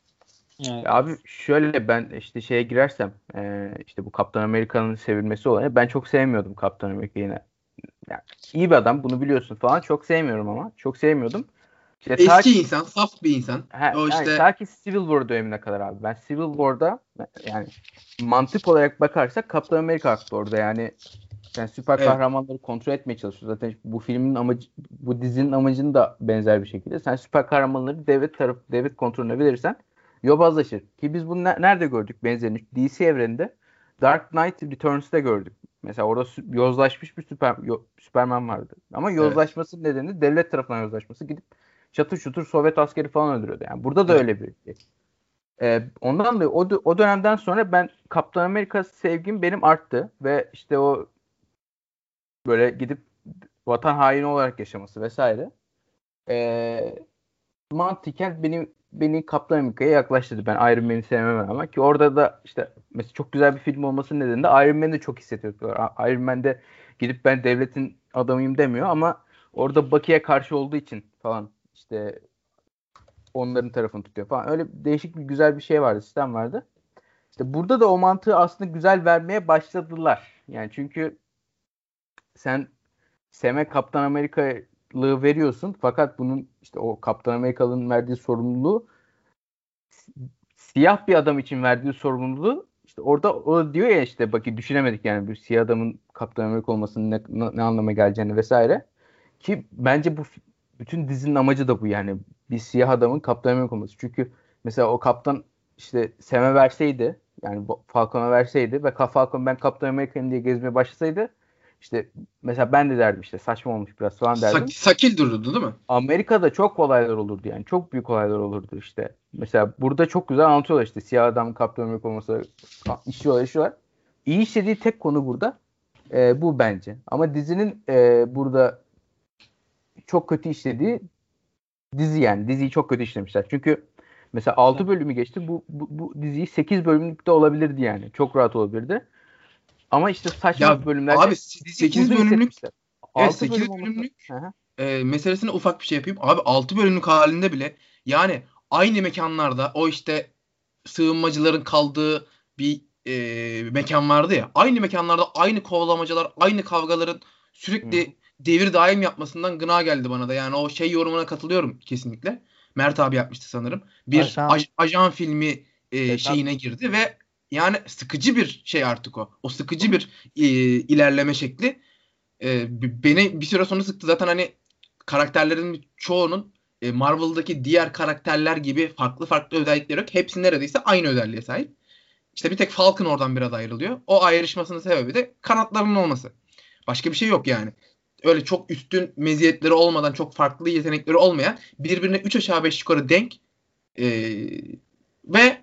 Ya abi şöyle ben işte şeye girersem e, işte bu Kaptan Amerika'nın sevilmesi olayı ben çok sevmiyordum Kaptan Amerika'yı yine. Yani iyi bir adam bunu biliyorsun falan çok sevmiyorum ama çok sevmiyordum. İşte ta Eski ki, insan, saf bir insan. he, O yani işte ta ki Civil War dönemine kadar abi. Ben Civil War'da yani mantık olarak bakarsak Kaptan Amerika haklı orada yani sen süper evet. kahramanları kontrol etmeye çalışıyorsun. Zaten bu filmin amacı, bu dizinin amacını da benzer bir şekilde. Sen süper kahramanları devlet tarafı, devlet kontrolüne verirsen yobazlaşır. Ki biz bunu ne- nerede gördük benzerini? D C evreninde Dark Knight Returns'te gördük. Mesela orada sü- yozlaşmış bir süper, yo- Superman vardı. Ama Evet. yozlaşması nedeni devlet tarafından yozlaşması. Gidip çatır çutur Sovyet askeri falan öldürüyordu. Yani burada da Evet. öyle bir şey. Ee, ondan dolayı o, dö- o dönemden sonra ben Kaptan Amerika sevgim benim arttı ve işte o böyle gidip vatan haini olarak yaşaması vesaire. Ee, mantıken beni beni Kaptan Amerika'ya yaklaştırdı. Ben Iron Man'i sevmem ama ki orada da işte mesela çok güzel bir film olması nedeniyle Iron Man'i de çok hissediyorlar. A- Iron Man'de gidip ben devletin adamıyım demiyor ama orada Bucky'ye karşı olduğu için falan işte onların tarafını tutuyor falan. Öyle değişik bir güzel bir şey vardı, sistem vardı. İşte burada da o mantığı aslında güzel vermeye başladılar. Yani çünkü sen Sam'e Kaptan Amerikalığı veriyorsun fakat bunun işte o Kaptan Amerikalı'nın verdiği sorumluluğu siyah bir adam için verdiği sorumluluğu işte orada o diyor ya işte bak düşünemedik yani bir siyah adamın Kaptan Amerika olmasının ne, ne, ne anlama geleceğini vesaire. Ki bence bu bütün dizinin amacı da bu yani bir siyah adamın Kaptan Amerika olması. Çünkü mesela o kaptan işte Sam'e verseydi yani Falcon'a verseydi ve Falcon ben Kaptan Amerika'yım diye gezmeye başlasaydı işte mesela ben de derdim işte saçma olmuş biraz falan Sak- derdim. sakil dururdu değil mi? Amerika'da çok olaylar olurdu yani. Çok büyük olaylar olurdu işte. Mesela burada çok güzel anlatıyorlar işte. Siyah adam Kaptan Amerika olması işiyorlar işiyorlar. İyi işlediği tek konu burada. E, bu bence. Ama dizinin e, burada çok kötü işlediği dizi yani. Diziyi çok kötü işlemişler. Çünkü mesela altı bölümü geçti. Bu, bu, bu diziyi sekiz bölümlükte olabilirdi yani. Çok rahat olabilirdi. Ama işte Ya saçma abi bölümlerde diziyi sekiz uzun bölümlük izletmişler. evet altı sekiz bölüm olması. bölümlük Hı hı. e, meselesine ufak bir şey yapayım. Abi altı bölümlük halinde bile yani aynı mekanlarda o işte sığınmacıların kaldığı bir e, mekan vardı ya. Aynı mekanlarda aynı kovalamacalar, aynı kavgaların Hı hı. sürekli devir daim yapmasından gına geldi bana da. Yani o şey yorumuna katılıyorum kesinlikle. Mert abi yapmıştı sanırım. Bir Aşağı aj- ajan filmi e, Evet abi. şeyine girdi ve yani sıkıcı bir şey artık o. O sıkıcı bir e, ilerleme şekli e, beni bir süre sonra sıktı. Zaten hani karakterlerin çoğunun e, Marvel'daki diğer karakterler gibi farklı farklı özellikleri yok. Hepsi neredeyse aynı özelliğe sahip. İşte bir tek Falcon oradan biraz ayrılıyor. O ayrışmasının sebebi de kanatlarının olması. Başka bir şey yok yani. Öyle çok üstün meziyetleri olmadan, çok farklı yetenekleri olmayan, birbirine üç aşağı beş yukarı denk e, ve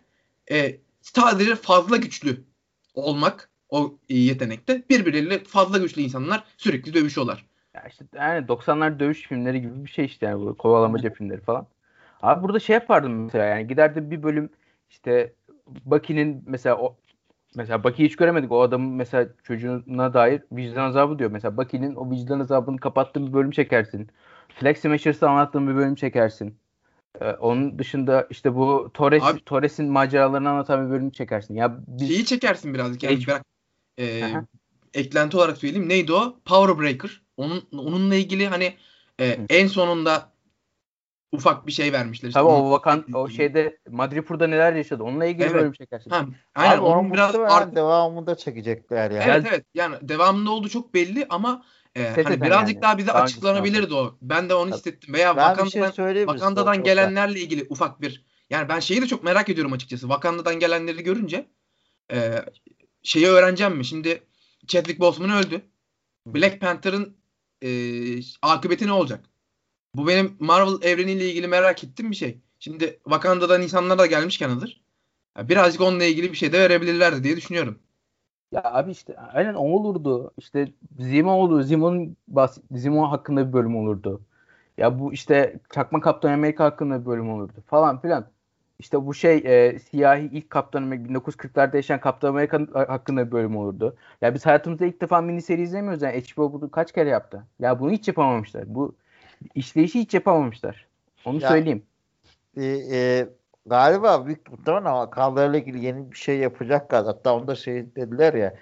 e, sadece fazla güçlü olmak o yetenekte. Birbirleriyle fazla güçlü insanlar sürekli dövüşüyorlar. Ya işte yani doksanlar dövüş filmleri gibi bir şey işte yani bu kovalamaca filmleri falan. Abi burada şey yapardım mesela yani giderdim bir bölüm işte Bucky'nin mesela o mesela Bucky'yi hiç göremedik. O adamın mesela çocuğuna dair vicdan azabı diyor. Mesela Bucky'nin o vicdan azabını kapattığın bir bölüm çekersin. Flag Smashers'ı anlattığın bir bölüm çekersin. Ee, onun dışında işte bu Torres Abi Torres'in maceralarını anlatan bir bölüm çekersin. Ya biz şeyi çekersin birazcık yani H- bırak e, Aha. eklenti olarak söyleyeyim. Neydi o? Power Breaker. Onun onunla ilgili hani e, Hı. en sonunda ufak bir şey vermişler işte Tabii onun o vakan o ilgili. şeyde Madripoor'da neler yaşadı. Onunla ilgili Evet. bölüm çekersin. Ha, aynen Abi onun onun biraz muhtemelen arka devamında çekecekler ya. evet Ya evet yani devamında olduğu çok belli ama e, set hani eden birazcık yani. daha bize Daha öncesinde olsa. açıklanabilirdi o. Ben de onu Tabii. hissettim. Veya Ben bir şey Wakanda'dan söyleyeyim mi size o Wakanda'dan konuda? gelenlerle ilgili ufak bir yani ben şeyi de çok merak ediyorum açıkçası. Wakanda'dan gelenleri görünce e, şeyi öğreneceğim mi? Şimdi Chadwick Boseman öldü. Black Panther'ın e, akıbeti ne olacak? Bu benim Marvel evreniyle ilgili merak ettiğim bir şey. Şimdi Wakanda'dan insanlar da gelmişken hazır. Ya birazcık onunla ilgili bir şey de verebilirlerdi diye düşünüyorum. Ya abi işte aynen o olurdu. İşte Zemo olur. Zemo'nun bahs- Zemo hakkında bir bölüm olurdu. Ya bu işte Çakma Kaptan Amerika hakkında bir bölüm olurdu falan filan. İşte bu şey e, siyahi ilk Kaptan Amerika bin dokuz yüz kırklarda yaşayan Kaptan Amerika hakkında bir bölüm olurdu. Ya biz hayatımızda ilk defa mini seri izlemiyoruz yani H B O bunu kaç kere yaptı. Ya bunu hiç yapamamışlar. Bu işleyişi hiç yapamamışlar. Onu Ya söyleyeyim. e, e, galiba büyük muhtemelen ama kadroyla ilgili yeni bir şey yapacaklar. Hatta onda şey dediler ya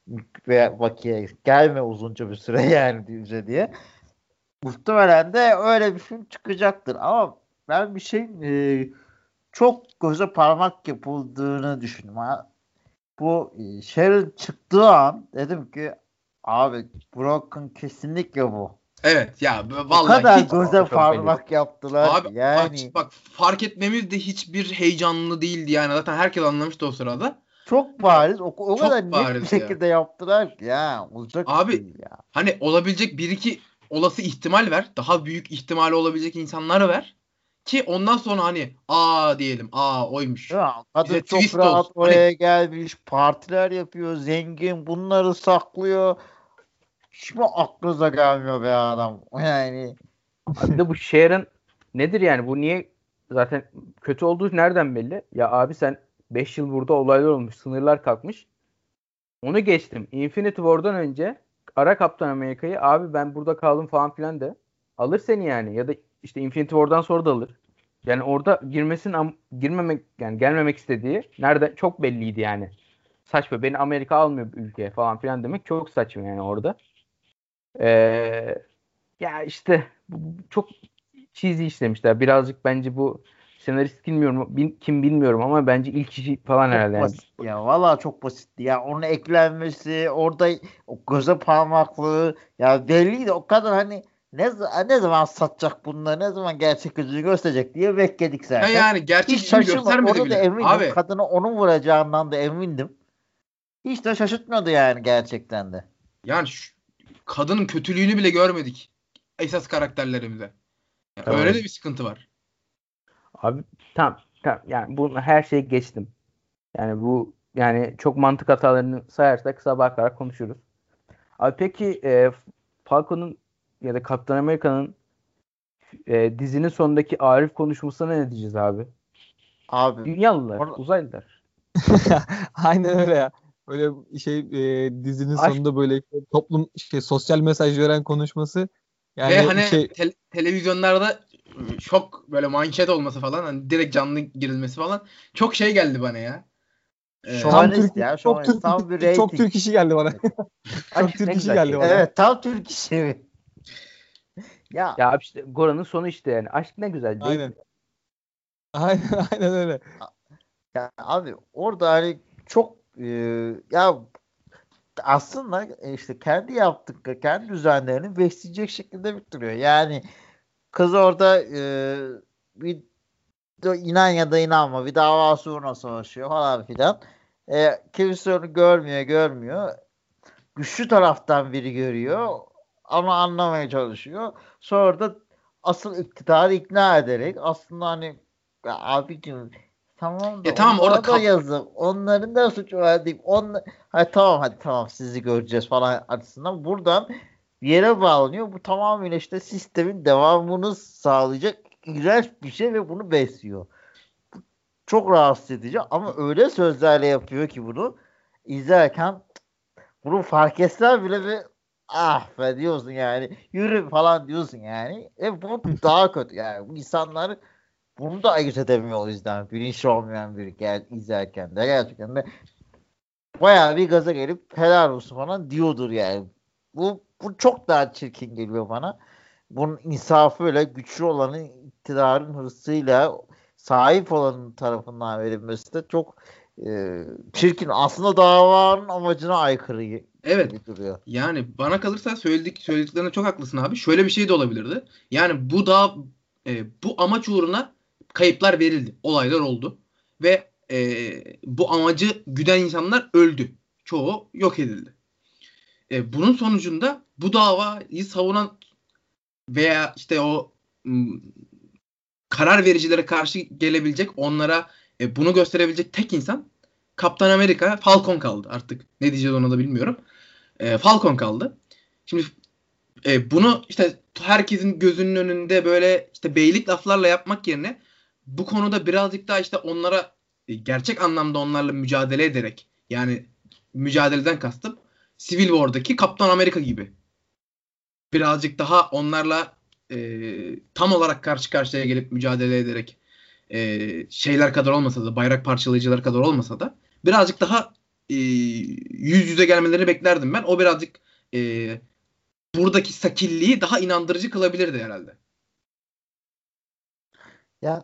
ve Bakiye gelme uzunca bir süre yani bize diye. Muhtemelen de öyle bir film çıkacaktır. Ama ben bir şey e, çok göze parmak yapıldığını düşündüm. Ha. Bu e, Sharon çıktığı an dedim ki abi Broken kesinlikle bu. Evet ya O vallahi kadar hiç O, o göze çok belli. parmak yaptılar abi ki aç yani bak fark etmemiz de hiçbir heyecanlı değildi yani zaten herkes anlamıştı o sırada. çok E, bariz o, o çok kadar net bir bariz ya. şekilde yaptılar ki ya olacak iş Abi değil ya. hani olabilecek bir iki olası ihtimal ver. Daha büyük ihtimali olabilecek insanları ver. Ki ondan sonra hani aa diyelim aa oymuş. Ya, kadın Bize çok twist rahat olsun. Hani oraya gelmiş partiler yapıyor zengin bunları saklıyor. Hiç mi aklınıza gelmiyor be adam? Yani Abi bir de bu Sharon nedir yani? Bu niye zaten kötü olduğu nereden belli? Ya abi sen beş yıl burada olaylar olmuş. Sınırlar kalkmış. Onu geçtim. Infinity War'dan önce ara Kaptan Amerika'yı abi ben burada kaldım falan filan de alır seni yani. Ya da işte Infinity War'dan sonra da alır. Yani orada girmesin am- girmemek yani gelmemek istediği nerede çok belliydi yani. Saçma. Beni Amerika almıyor ülkeye falan filan demek çok saçma yani orada. Ee, ya işte bu- bu çok cheesy işlemişler. Birazcık bence bu senarist bilmiyorum bil- kim bilmiyorum ama bence ilk işi falan çok herhalde yani. basit ya. Vallahi çok basitti ya. Onun eklenmesi, orada o göze parmaklığı ya belliydi. O kadar hani ne, z- ne zaman satacak bunları, ne zaman gerçek yüzünü gösterecek diye bekledik ha zaten. yani gerçek Hiç yüzünü şaşırmadım. göstermedi Orada da bile. emindim. Abi Kadını onun vuracağından da emindim. Hiç de şaşırtmadı yani gerçekten de. yani şu, kadının kötülüğünü bile görmedik. Esas karakterlerimize. Yani öyle de Tamam. bir sıkıntı var. Abi tamam, tamam yani bu her şeyi geçtim. Yani bu yani çok mantık hatalarını sayarsak sabaha kadar konuşuruz. Abi peki e, Falcon'un ya da Kaptan Amerika'nın e, dizinin sonundaki Arif konuşmasına ne diyeceğiz abi? Abi Dünyalılar, or- uzaylılar. Aynen öyle ya. Böyle şey e, dizinin Aşk sonunda böyle işte toplum işte sosyal mesaj veren konuşması Ve yani hani şey te- televizyonlarda ıı, çok böyle manşet olması falan hani direkt canlı girilmesi falan çok şey geldi bana ya. Ee, tam Türk şovanist ya. çok Şovanist. Türk Tam bir çok reyting. Türk işi geldi bana. Çok aşk Türk ne işi güzel geldi şey bana. ya. Evet tam Türk işi. Ya Ya abi işte Goran'ın sonu işte yani. Aşk ne güzel değil mi? Aynen. Aynen aynen öyle. Ya abi orada hani çok e, ya aslında e, işte kendi yaptıkları, kendi düzenlerini besleyecek şekilde bitiriyor. Yani kız orada e, bir de inan ya da inanma bir davası uğruna savaşıyor falan filan. E, kimse onu görmüyor, görmüyor. Güçlü taraftan biri görüyor. Ama anlamaya çalışıyor. Sonra da asıl iktidarı ikna ederek aslında hani ya abicim Tamam da Ya tamam, orada onlara da kap- yazık. Onların da yazık. Onların da Ya tamam, orada onlara da kap- yazık. Onların da suçu var deyip on hadi tamam hadi tamam sizi göreceğiz falan açısından buradan bir yere bağlanıyor. Bu tamamıyla işte sistemin devamını sağlayacak iğrenç bir şey ve bunu besliyor. Çok rahatsız edici ama öyle sözlerle yapıyor ki bunu izlerken bunu fark etsen bile bir ah be diyorsun yani. Yürü falan diyorsun yani. E bu daha kötü yani. Bu insanlar bunu da ayırt edemiyor o yüzden. Bilinçli olmayan biri gel izlerken de gerçekten de bayağı bir gaza gelip helal olsun falan diyordur yani. Bu, bu çok daha çirkin geliyor bana. Bunun insafı öyle güçlü olanın iktidarın hırsıyla sahip olanın tarafından verilmesi de çok e, çirkin. Aslında davanın amacına aykırı evet. gibi duruyor. Yani bana kalırsa söyledik söylediklerine çok haklısın abi. Şöyle bir şey de olabilirdi. Yani bu da e, bu amaç uğruna kayıplar verildi. Olaylar oldu. Ve e, bu amacı güden insanlar öldü. Çoğu yok edildi. E, bunun sonucunda bu davayı savunan veya işte o m, karar vericilere karşı gelebilecek, onlara e, bunu gösterebilecek tek insan Kaptan Amerika, Falcon kaldı. Artık ne diyeceğiz ona da bilmiyorum. E, Falcon kaldı. Şimdi e, bunu işte herkesin gözünün önünde böyle işte beylik laflarla yapmak yerine bu konuda birazcık daha işte onlara e, gerçek anlamda onlarla mücadele ederek, yani mücadeleden kastım Civil War'daki Kaptan Amerika gibi birazcık daha onlarla e, tam olarak karşı karşıya gelip mücadele ederek e, şeyler kadar olmasa da, bayrak parçalayıcılar kadar olmasa da birazcık daha e, yüz yüze gelmelerini beklerdim ben. O birazcık e, buradaki sakilliği daha inandırıcı kılabilirdi herhalde. Ya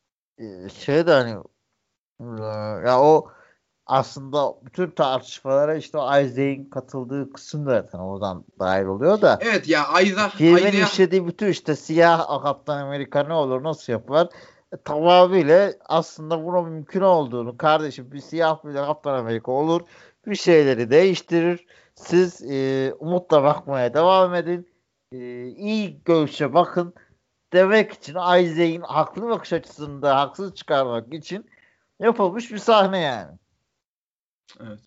e, şey de hani e, ya o aslında bütün tartışmalara işte o Isaac'in katıldığı kısım da zaten oradan dahil oluyor da Evet ya, Ayza filmin Ayza'ya işlediği bütün işte siyah Kaptan Amerika ne olur nasıl yapar e, tamamıyla aslında bunun mümkün olduğunu kardeşim bir siyah bir Kaptan Amerika olur bir şeyleri değiştirir siz e, umutla bakmaya devam edin e, iyi görüşe bakın demek için Isaac'in haklı bakış açısında haksız çıkarmak için yapılmış bir sahne yani. evet.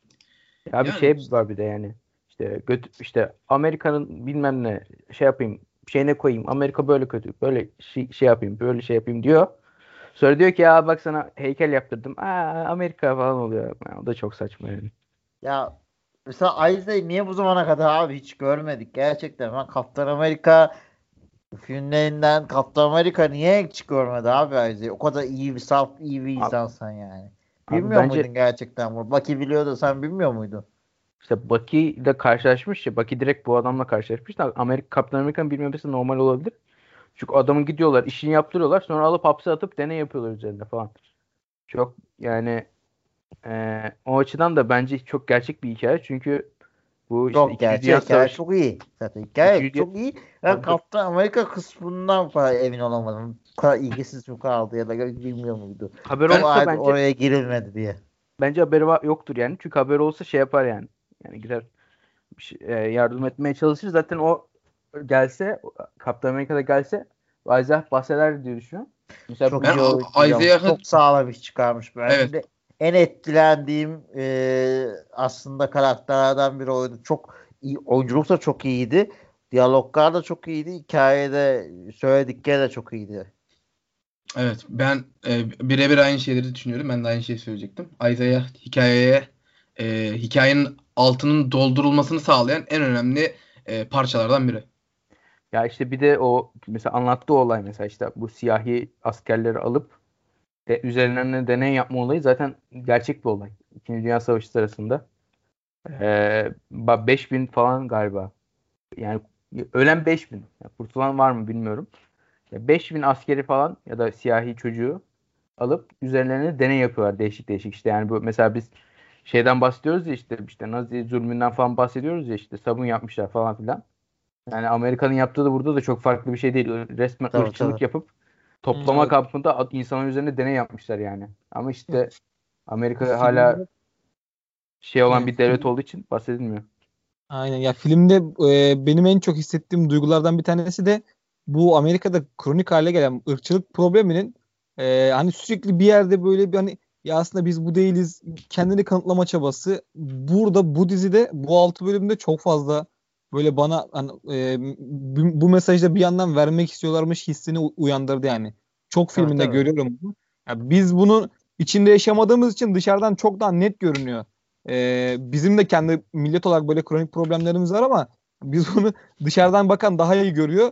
Ya bir Yani şey var bir de yani. İşte göt işte Amerika'nın bilmem ne şey yapayım, şeyine koyayım. Amerika böyle kötü. Böyle şey, şey yapayım, böyle şey yapayım diyor. Sonra diyor ki ya bak sana heykel yaptırdım. Aa, Amerika falan oluyor. Ya, o da çok saçma yani. Ya mesela Isaac niye bu zamana kadar abi hiç görmedik gerçekten. Ben Kaptan Amerika filmlerinden Kaptan Amerika niye hiç görmedi abi Isaac? O kadar iyi bir saf iyi bir Abi, insansan yani. abi Bilmiyor bence muydun gerçekten bunu? Bucky biliyordu sen bilmiyor muydun? işte Bucky ile karşılaşmış ya. Bucky direkt bu adamla karşılaşmış da Amerika, Kaptan Amerika'nın bilmemesi normal olabilir. Çünkü adamın gidiyorlar, işini yaptırıyorlar. Sonra alıp hapse atıp deney yapıyorlar üzerinde falan. Çok yani eee, o açıdan da bence çok gerçek bir hikaye. Çünkü bu işte Çok İkinci Dünya gerçek. Hikaye Savaşı çok iyi. Zaten hikaye İkinci Dünya çok iyi. Ben tabii, tabii. Kaptan Amerika kısmından falan emin olamadım. Bu kadar ilgisiz mi kaldı ya da bilmiyor muydu? Haber ben olsa O bence oraya girilmedi diye. bence haberi va- yoktur yani. Çünkü haber olsa şey yapar yani. Yani gider bir şey- e, yardım etmeye çalışır. Zaten o gelse Kaptan Amerika'da gelse Isaac bahseder diye düşünüyorum. Mesela Çok ben bu iyi A- oyuncu ya. Isaiah'ın Çok sağlam iş çıkarmış. Ben evet, şimdi en etkilendiğim e, aslında karakterlerden biri oydu. Çok iyi. Oyunculuk da çok iyiydi. Diyaloglar da çok iyiydi. Hikayede söyledikleri de çok iyiydi. evet, ben e, birebir aynı şeyleri düşünüyorum. Ben de aynı şeyi söyleyecektim. Isaiah hikayeye e, hikayenin altının doldurulmasını sağlayan en önemli e, parçalardan biri. ya işte bir de o mesela anlattığı olay mesela işte bu siyahi askerleri alıp de, üzerlerine deney yapma olayı zaten gerçek bir olay. İkinci Dünya Savaşı sırasında. Ee, beş bin falan galiba. Yani ölen beş bin. Yani kurtulan var mı bilmiyorum. Ya beş bin askeri falan ya da siyahi çocuğu alıp üzerlerine deney yapıyorlar değişik değişik işte. Yani bu mesela biz şeyden bahsediyoruz ya işte işte Nazi zulmünden falan bahsediyoruz ya işte sabun yapmışlar falan filan. Yani Amerika'nın yaptığı da burada da çok farklı bir şey değil. Resmen Tabii ırkçılık tabii. yapıp toplama Evet. kampında ad- insanın üzerine deney yapmışlar yani. Ama işte Amerika hala Filmde, şey olan evet, bir devlet film, olduğu için bahsedilmiyor. aynen ya filmde e, benim en çok hissettiğim duygulardan bir tanesi de bu Amerika'da kronik hale gelen ırkçılık probleminin Ee, hani sürekli bir yerde böyle bir hani ya aslında biz bu değiliz kendini kanıtlama çabası. Burada bu dizide bu altı bölümde çok fazla böyle bana hani, e, bu, bu mesajda bir yandan vermek istiyorlarmış hissini u- uyandırdı yani. Çok Tabii, filminde tabii. görüyorum bunu. Ya biz bunu içinde yaşamadığımız için dışarıdan çok daha net görünüyor. Ee, bizim de kendi millet olarak böyle kronik problemlerimiz var ama biz bunu dışarıdan bakan daha iyi görüyor.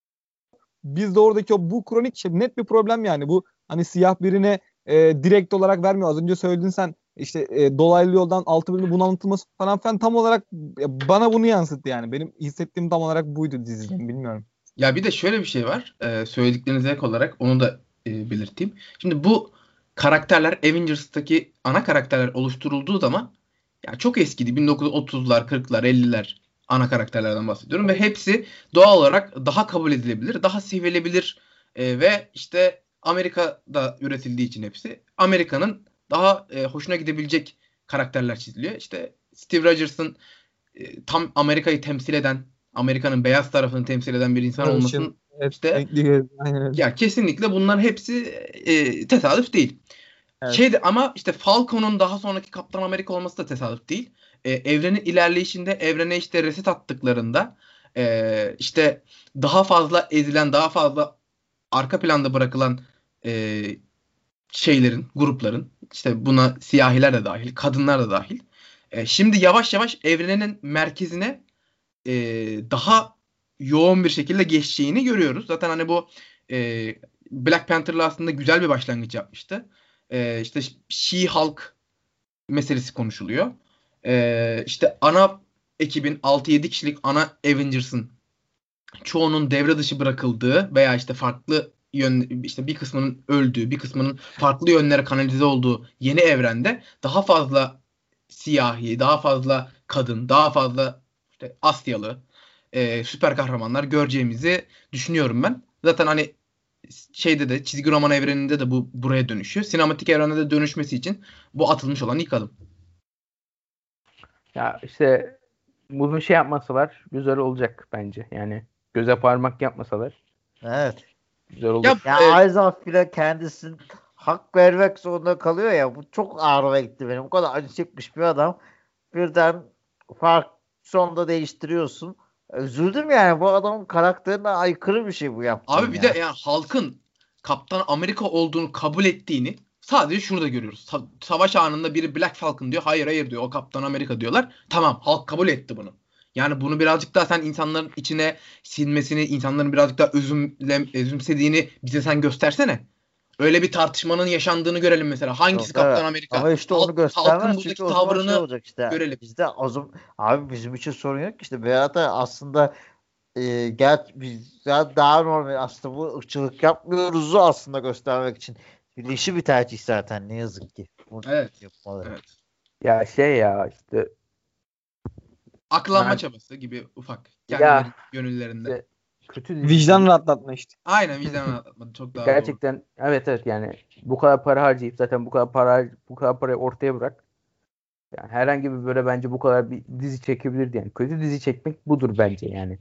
Biz de oradaki o bu kronik şey, net bir problem yani. Bu hani siyah birine e, direkt olarak vermiyor. Az önce söyledin sen işte e, dolaylı yoldan altı bölümde bunun anlatılması falan filan tam olarak e, bana bunu yansıttı yani. Benim hissettiğim tam olarak buydu diziden bilmiyorum. Ya bir de şöyle bir şey var. Ee, söylediklerinize ek olarak onu da e, belirteyim. Şimdi bu karakterler Avengers'taki ana karakterler oluşturulduğu zaman ya çok eskidi. bin dokuz yüz otuzlar, kırklar, elliler ana karakterlerden bahsediyorum ve hepsi doğal olarak daha kabul edilebilir, daha sevilebilir e, ve işte Amerika'da üretildiği için hepsi Amerika'nın daha e, hoşuna gidebilecek karakterler çiziliyor. İşte Steve Rogers'ın e, tam Amerika'yı temsil eden, Amerika'nın beyaz tarafını temsil eden bir insan olmasının Evet, işte aynen öyle. ya kesinlikle bunların hepsi e, tesadüf değil. Evet. Şeyde ama işte Falcon'un daha sonraki Kaptan Amerika olması da tesadüf değil. E, evrenin ilerleyişinde evrene işte reset attıklarında e, işte daha fazla ezilen, daha fazla arka planda bırakılan e, şeylerin, grupların işte buna siyahiler de dahil, kadınlar da dahil. E, şimdi yavaş yavaş evrenin merkezine e, daha yoğun bir şekilde geçeceğini görüyoruz. Zaten hani bu e, Black Panther'la aslında güzel bir başlangıç yapmıştı. E, işte She-Hulk meselesi konuşuluyor. E, işte ana ekibin altı yedi kişilik ana Avengers'ın çoğunun devre dışı bırakıldığı veya işte farklı yön işte bir kısmının öldüğü, bir kısmının farklı yönlere kanalize olduğu yeni evrende daha fazla siyahi, daha fazla kadın, daha fazla işte Asyalı e, süper kahramanlar göreceğimizi düşünüyorum ben. Zaten hani şeyde de çizgi roman evreninde de bu buraya dönüşüyor. Sinematik evrende de dönüşmesi için bu atılmış olan ilk adım. Ya işte bunun şey yapmasalar güzel olacak bence. Yani göze parmak yapmasalar Evet. güzel olur. Ya Ya e, Isaac bile kendisinin hak vermek zorunda kalıyor ya. Bu çok ağrıma gitti benim. O kadar acı çekmiş bir adam. Birden fark sonda değiştiriyorsun. Üzüldüm yani. Bu adamın karakterine aykırı bir şey bu yaptığın abi bir de ya. yani halkın Kaptan Amerika olduğunu kabul ettiğini sadece şurada görüyoruz. Sa- savaş anında biri Black Falcon diyor. Hayır hayır diyor. O Kaptan Amerika diyorlar. Tamam halk kabul etti bunu. Yani bunu birazcık daha sen insanların içine sinmesini, insanların birazcık daha özümle, özümsediğini bize sen göstersene. Öyle bir tartışmanın yaşandığını görelim mesela. Hangisi Yok, evet. Kaptan Amerika? Ama işte Halk, onu halkın göstermez çünkü buradaki o zaman şey tavrını olacak işte. görelim. Bizde o zaman abi bizim için sorun yok ki işte. Berat da aslında e, gel biz ya daha normal aslında bu ırkçılık yapmıyoruzu aslında göstermek için. Dişi bir tercih zaten ne yazık ki. Bunu Evet. yapmaları. Evet. Ya şey ya işte Aklanma ben çabası gibi ufak. ya Kendileri gönüllerinde. işte kötü dizi Vicdan rahatlatma işte. Aynen vicdan rahatlatmadı. Çok daha doğru. gerçekten evet evet yani bu kadar para harcayıp zaten bu kadar para bu kadar parayı ortaya bırak. Yani herhangi bir böyle bence bu kadar bir dizi çekebilirdi yani. Kötü dizi çekmek budur bence yani.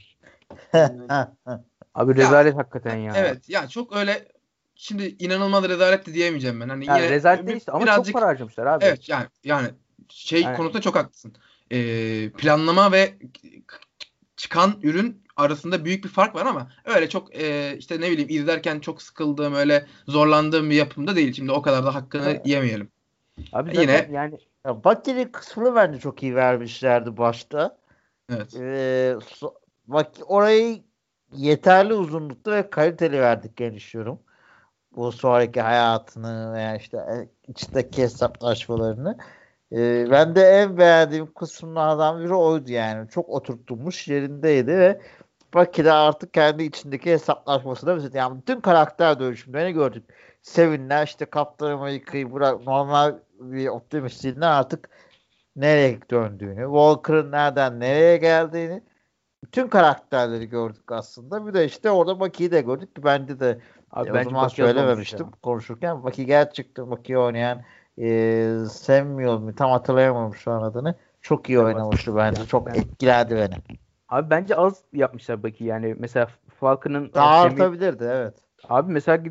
Abi Ya rezalet hakikaten ya. evet ya çok öyle şimdi inanılmaz rezalet de diyemeyeceğim ben. Hani Yani yine rezalet değil bir, işte ama çok birazcık para harcamışlar abi. evet yani yani şey Yani konusunda çok haklısın. Ee, planlama ve k- çıkan ürün arasında büyük bir fark var ama öyle çok e, işte ne bileyim izlerken çok sıkıldığım öyle zorlandığım bir yapımda değil. Şimdi o kadar da hakkını yemeyelim. abi zaten Yine yani Ya Bucky'nin kısmını bence çok iyi vermişlerdi başta. evet. Ee, so- bak orayı yeterli uzunlukta ve kaliteli verdiklerini düşünüyorum. Bu sonraki hayatını veya işte e, içindeki hesaplaşmalarını. Ee, ben de en beğendiğim kısımlardan biri oydu yani. Çok oturtulmuş yerindeydi ve Bucky de artık kendi içindeki hesaplaşmasına mesela yani bütün karakter dönüşümlerini gördük. Sevinler işte Kaptan Amerika'yı bırak normal bir optimistin artık nereye döndüğünü, Walker'ın nereden nereye geldiğini bütün karakterleri gördük aslında. Bir de işte orada Bucky'yi de gördük ki bence de abi e, o bence zaman Bucky yazılmamış söylememiştim ya. konuşurken. Bucky gerçekten Bucky'yi oynayan e, Samuel mi tam hatırlayamadım şu an adını. Çok iyi oynamıştı bence. Çok Gerçekten. etkilendi beni. Abi bence az yapmışlar Bucky yani mesela Falcon'ın e, Daha Samuel artabilirdi evet. abi mesela gidip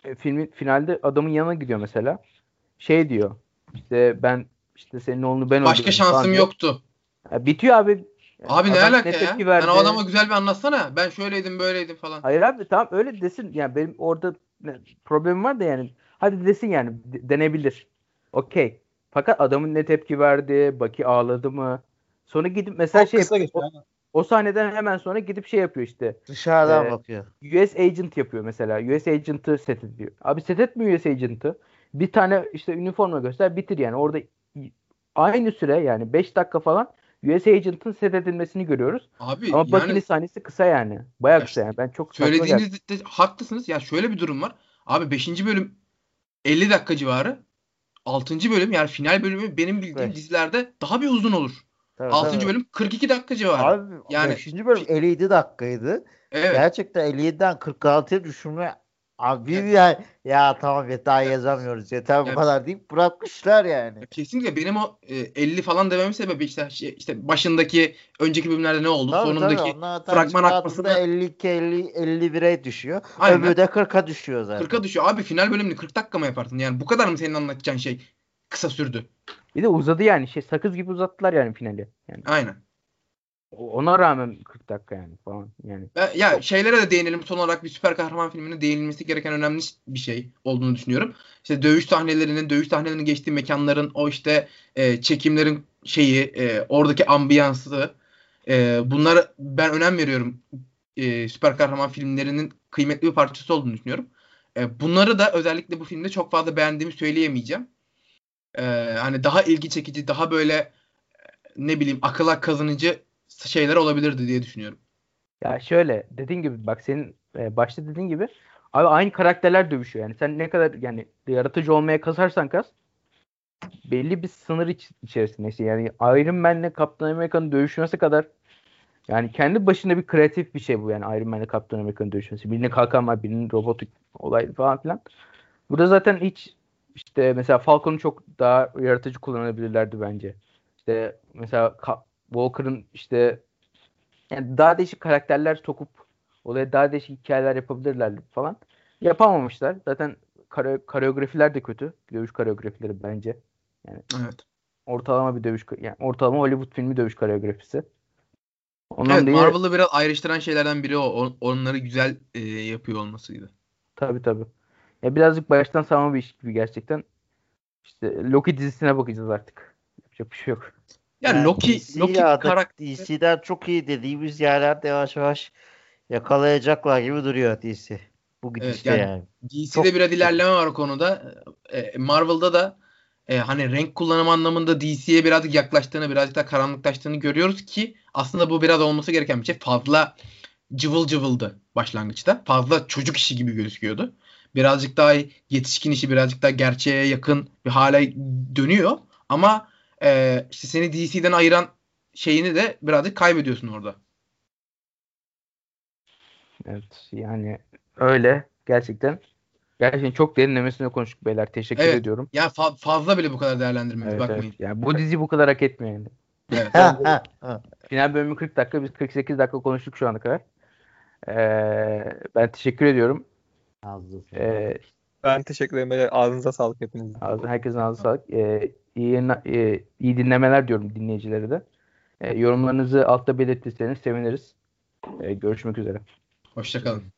e, filmin finalde adamın yanına gidiyor mesela. Şey diyor. İşte ben işte senin oğlunu ben Başka öldürdüm falan şansım diyor. yoktu. Ya bitiyor abi. Yani Abi ne adam alaka ne tepki ya? Sen o verdi? adama güzel bir anlatsana. Ben şöyleydim böyleydim falan. Hayır abi tamam öyle desin. Yani benim orada ne- problemim var da yani. Hadi desin yani de- denebilir. Okey. Fakat adamın ne tepki verdi? Baki ağladı mı? Sonra gidip mesela Çok şey kısa yapıyor. O, geçiyor. Yani. o sahneden hemen sonra gidip şey yapıyor işte. Dışarıdan Ee, bakıyor. U S agent yapıyor mesela. U S agent'ı set ediyor. Abi set etmiyor U S agent'ı. Bir tane işte üniforma göster bitir yani. Orada y- aynı süre yani beş dakika falan U S agent'ın set edilmesini görüyoruz. Abi Ama Bucky'nin yani sahnesi kısa yani. Baya ya kısa yani. Ben çok saçma geldi. söylediğinizde haklısınız. Ya şöyle bir durum var. Abi beşinci bölüm elli dakika civarı. altıncı bölüm yani final bölümü benim bildiğim beş. dizilerde daha bir uzun olur. Tabii altıncı tabii. bölüm kırk iki dakika civarı. Abi Yani beşinci bölüm fi- elli yedi dakikaydı. evet. Gerçekten elli yediden kırk altıya düşürme abi Yani, ya, ya tamam ya daha ya, yazamıyoruz yeter bu yani kadar deyip bırakmışlar yani. kesinlikle benim o e, elli falan dememin sebebi işte şey, işte başındaki önceki bölümlerde ne oldu? Tabii tabii Sonundaki onlar zaten fragman çıkardığında akmasını elli iki elli elli bire düşüyor. Öbürü aynen de kırka düşüyor zaten. kırka düşüyor. Abi final bölümünü kırk dakika mı yaparsın? Yani bu kadar mı senin anlatacağın şey kısa sürdü? Bir de uzadı yani. Şey sakız gibi uzattılar yani finali. Yani Aynen. o- ona rağmen kırk dakika yani falan. Yani Ve ya çok şeylere de değinelim. Son olarak bir süper kahraman filmine değinilmesi gereken önemli bir şey olduğunu düşünüyorum. İşte dövüş sahnelerinin, dövüş sahnelerinin geçtiği mekanların, o işte e, çekimlerin şeyi, e, oradaki ambiyansı, e, bunlara ben önem veriyorum. E, süper kahraman filmlerinin kıymetli bir parçası olduğunu düşünüyorum. E, bunları da özellikle bu filmde çok fazla beğendiğimi söyleyemeyeceğim. E, hani daha ilgi çekici, daha böyle ne bileyim akıla kazanıcı şeyler olabilirdi diye düşünüyorum. ya şöyle dediğin gibi bak senin e, başta dediğin gibi abi aynı karakterler dövüşüyor yani. Sen ne kadar yani yaratıcı olmaya kasarsan kas belli bir sınır iç, içerisindesin. Yani Iron Man'le Kaptan Amerika'nın dövüşmesi kadar yani kendi başına bir kreatif bir şey bu yani Iron Man'le Kaptan Amerika'nın dövüşmesi. Birinin kalkan var, birinin robotik olay falan filan. Burada zaten hiç işte mesela Falcon'u çok daha yaratıcı kullanabilirlerdi bence. İşte mesela Ka- Walker'ın işte yani daha değişik karakterler sokup olaya daha değişik hikayeler yapabilirlerdi falan. Yapamamışlar. Zaten kare, koreografiler de kötü. Dövüş koreografileri bence. Yani Evet. ortalama bir dövüş yani ortalama Hollywood filmi dövüş koreografisi. Ondan Evet, dolayı Marvel'ı biraz ayrıştıran şeylerden biri o. O- Onları güzel e, yapıyor olmasıydı. tabii tabii. Ya birazcık baştan savma bir iş gibi gerçekten. İşte Loki dizisine bakacağız artık. Yapacak bir şey yok. Ya Yani Loki D C Loki artık karakter D C'den çok iyi dediğimiz yerlerde yavaş yavaş yakalayacaklar gibi duruyor D C. Bu evet gidişle yani yani. D C'de Çok biraz çok iyi. ilerleme var o konuda. E, Marvel'da da e, hani renk kullanımı anlamında D C'ye birazcık yaklaştığını, birazcık daha karanlıklaştığını görüyoruz ki aslında bu biraz olması gereken bir şey. Fazla cıvıl cıvıldı başlangıçta. Fazla çocuk işi gibi gözüküyordu. Birazcık daha yetişkin işi, birazcık daha gerçeğe yakın bir hale dönüyor. Ama e, işte seni D C'den ayıran şeyini de birazcık kaybediyorsun orada. Evet yani öyle gerçekten. Gerçekten çok derinlemesine konuştuk beyler. Teşekkür Evet. ediyorum. Ya fa- fazla bile bu kadar değerlendirmemiz Evet evet. bakmayın. Yani bu dizi bu kadar hak etmiyor yani. Evet. Final, bölümü- final bölümü kırk dakika. Biz kırk sekiz dakika konuştuk şu ana kadar. Ee, ben teşekkür ediyorum. Ağzı Ee, Ben teşekkür ederim. Beyler. Ağzınıza sağlık hepinizin. ağzı- herkesin ağzı sağlık. Ee, iyi, yayınla- e, iyi dinlemeler diyorum dinleyicilere de. Ee, yorumlarınızı altta belirtirseniz seviniriz. Ee, görüşmek üzere. Hoşça kalın.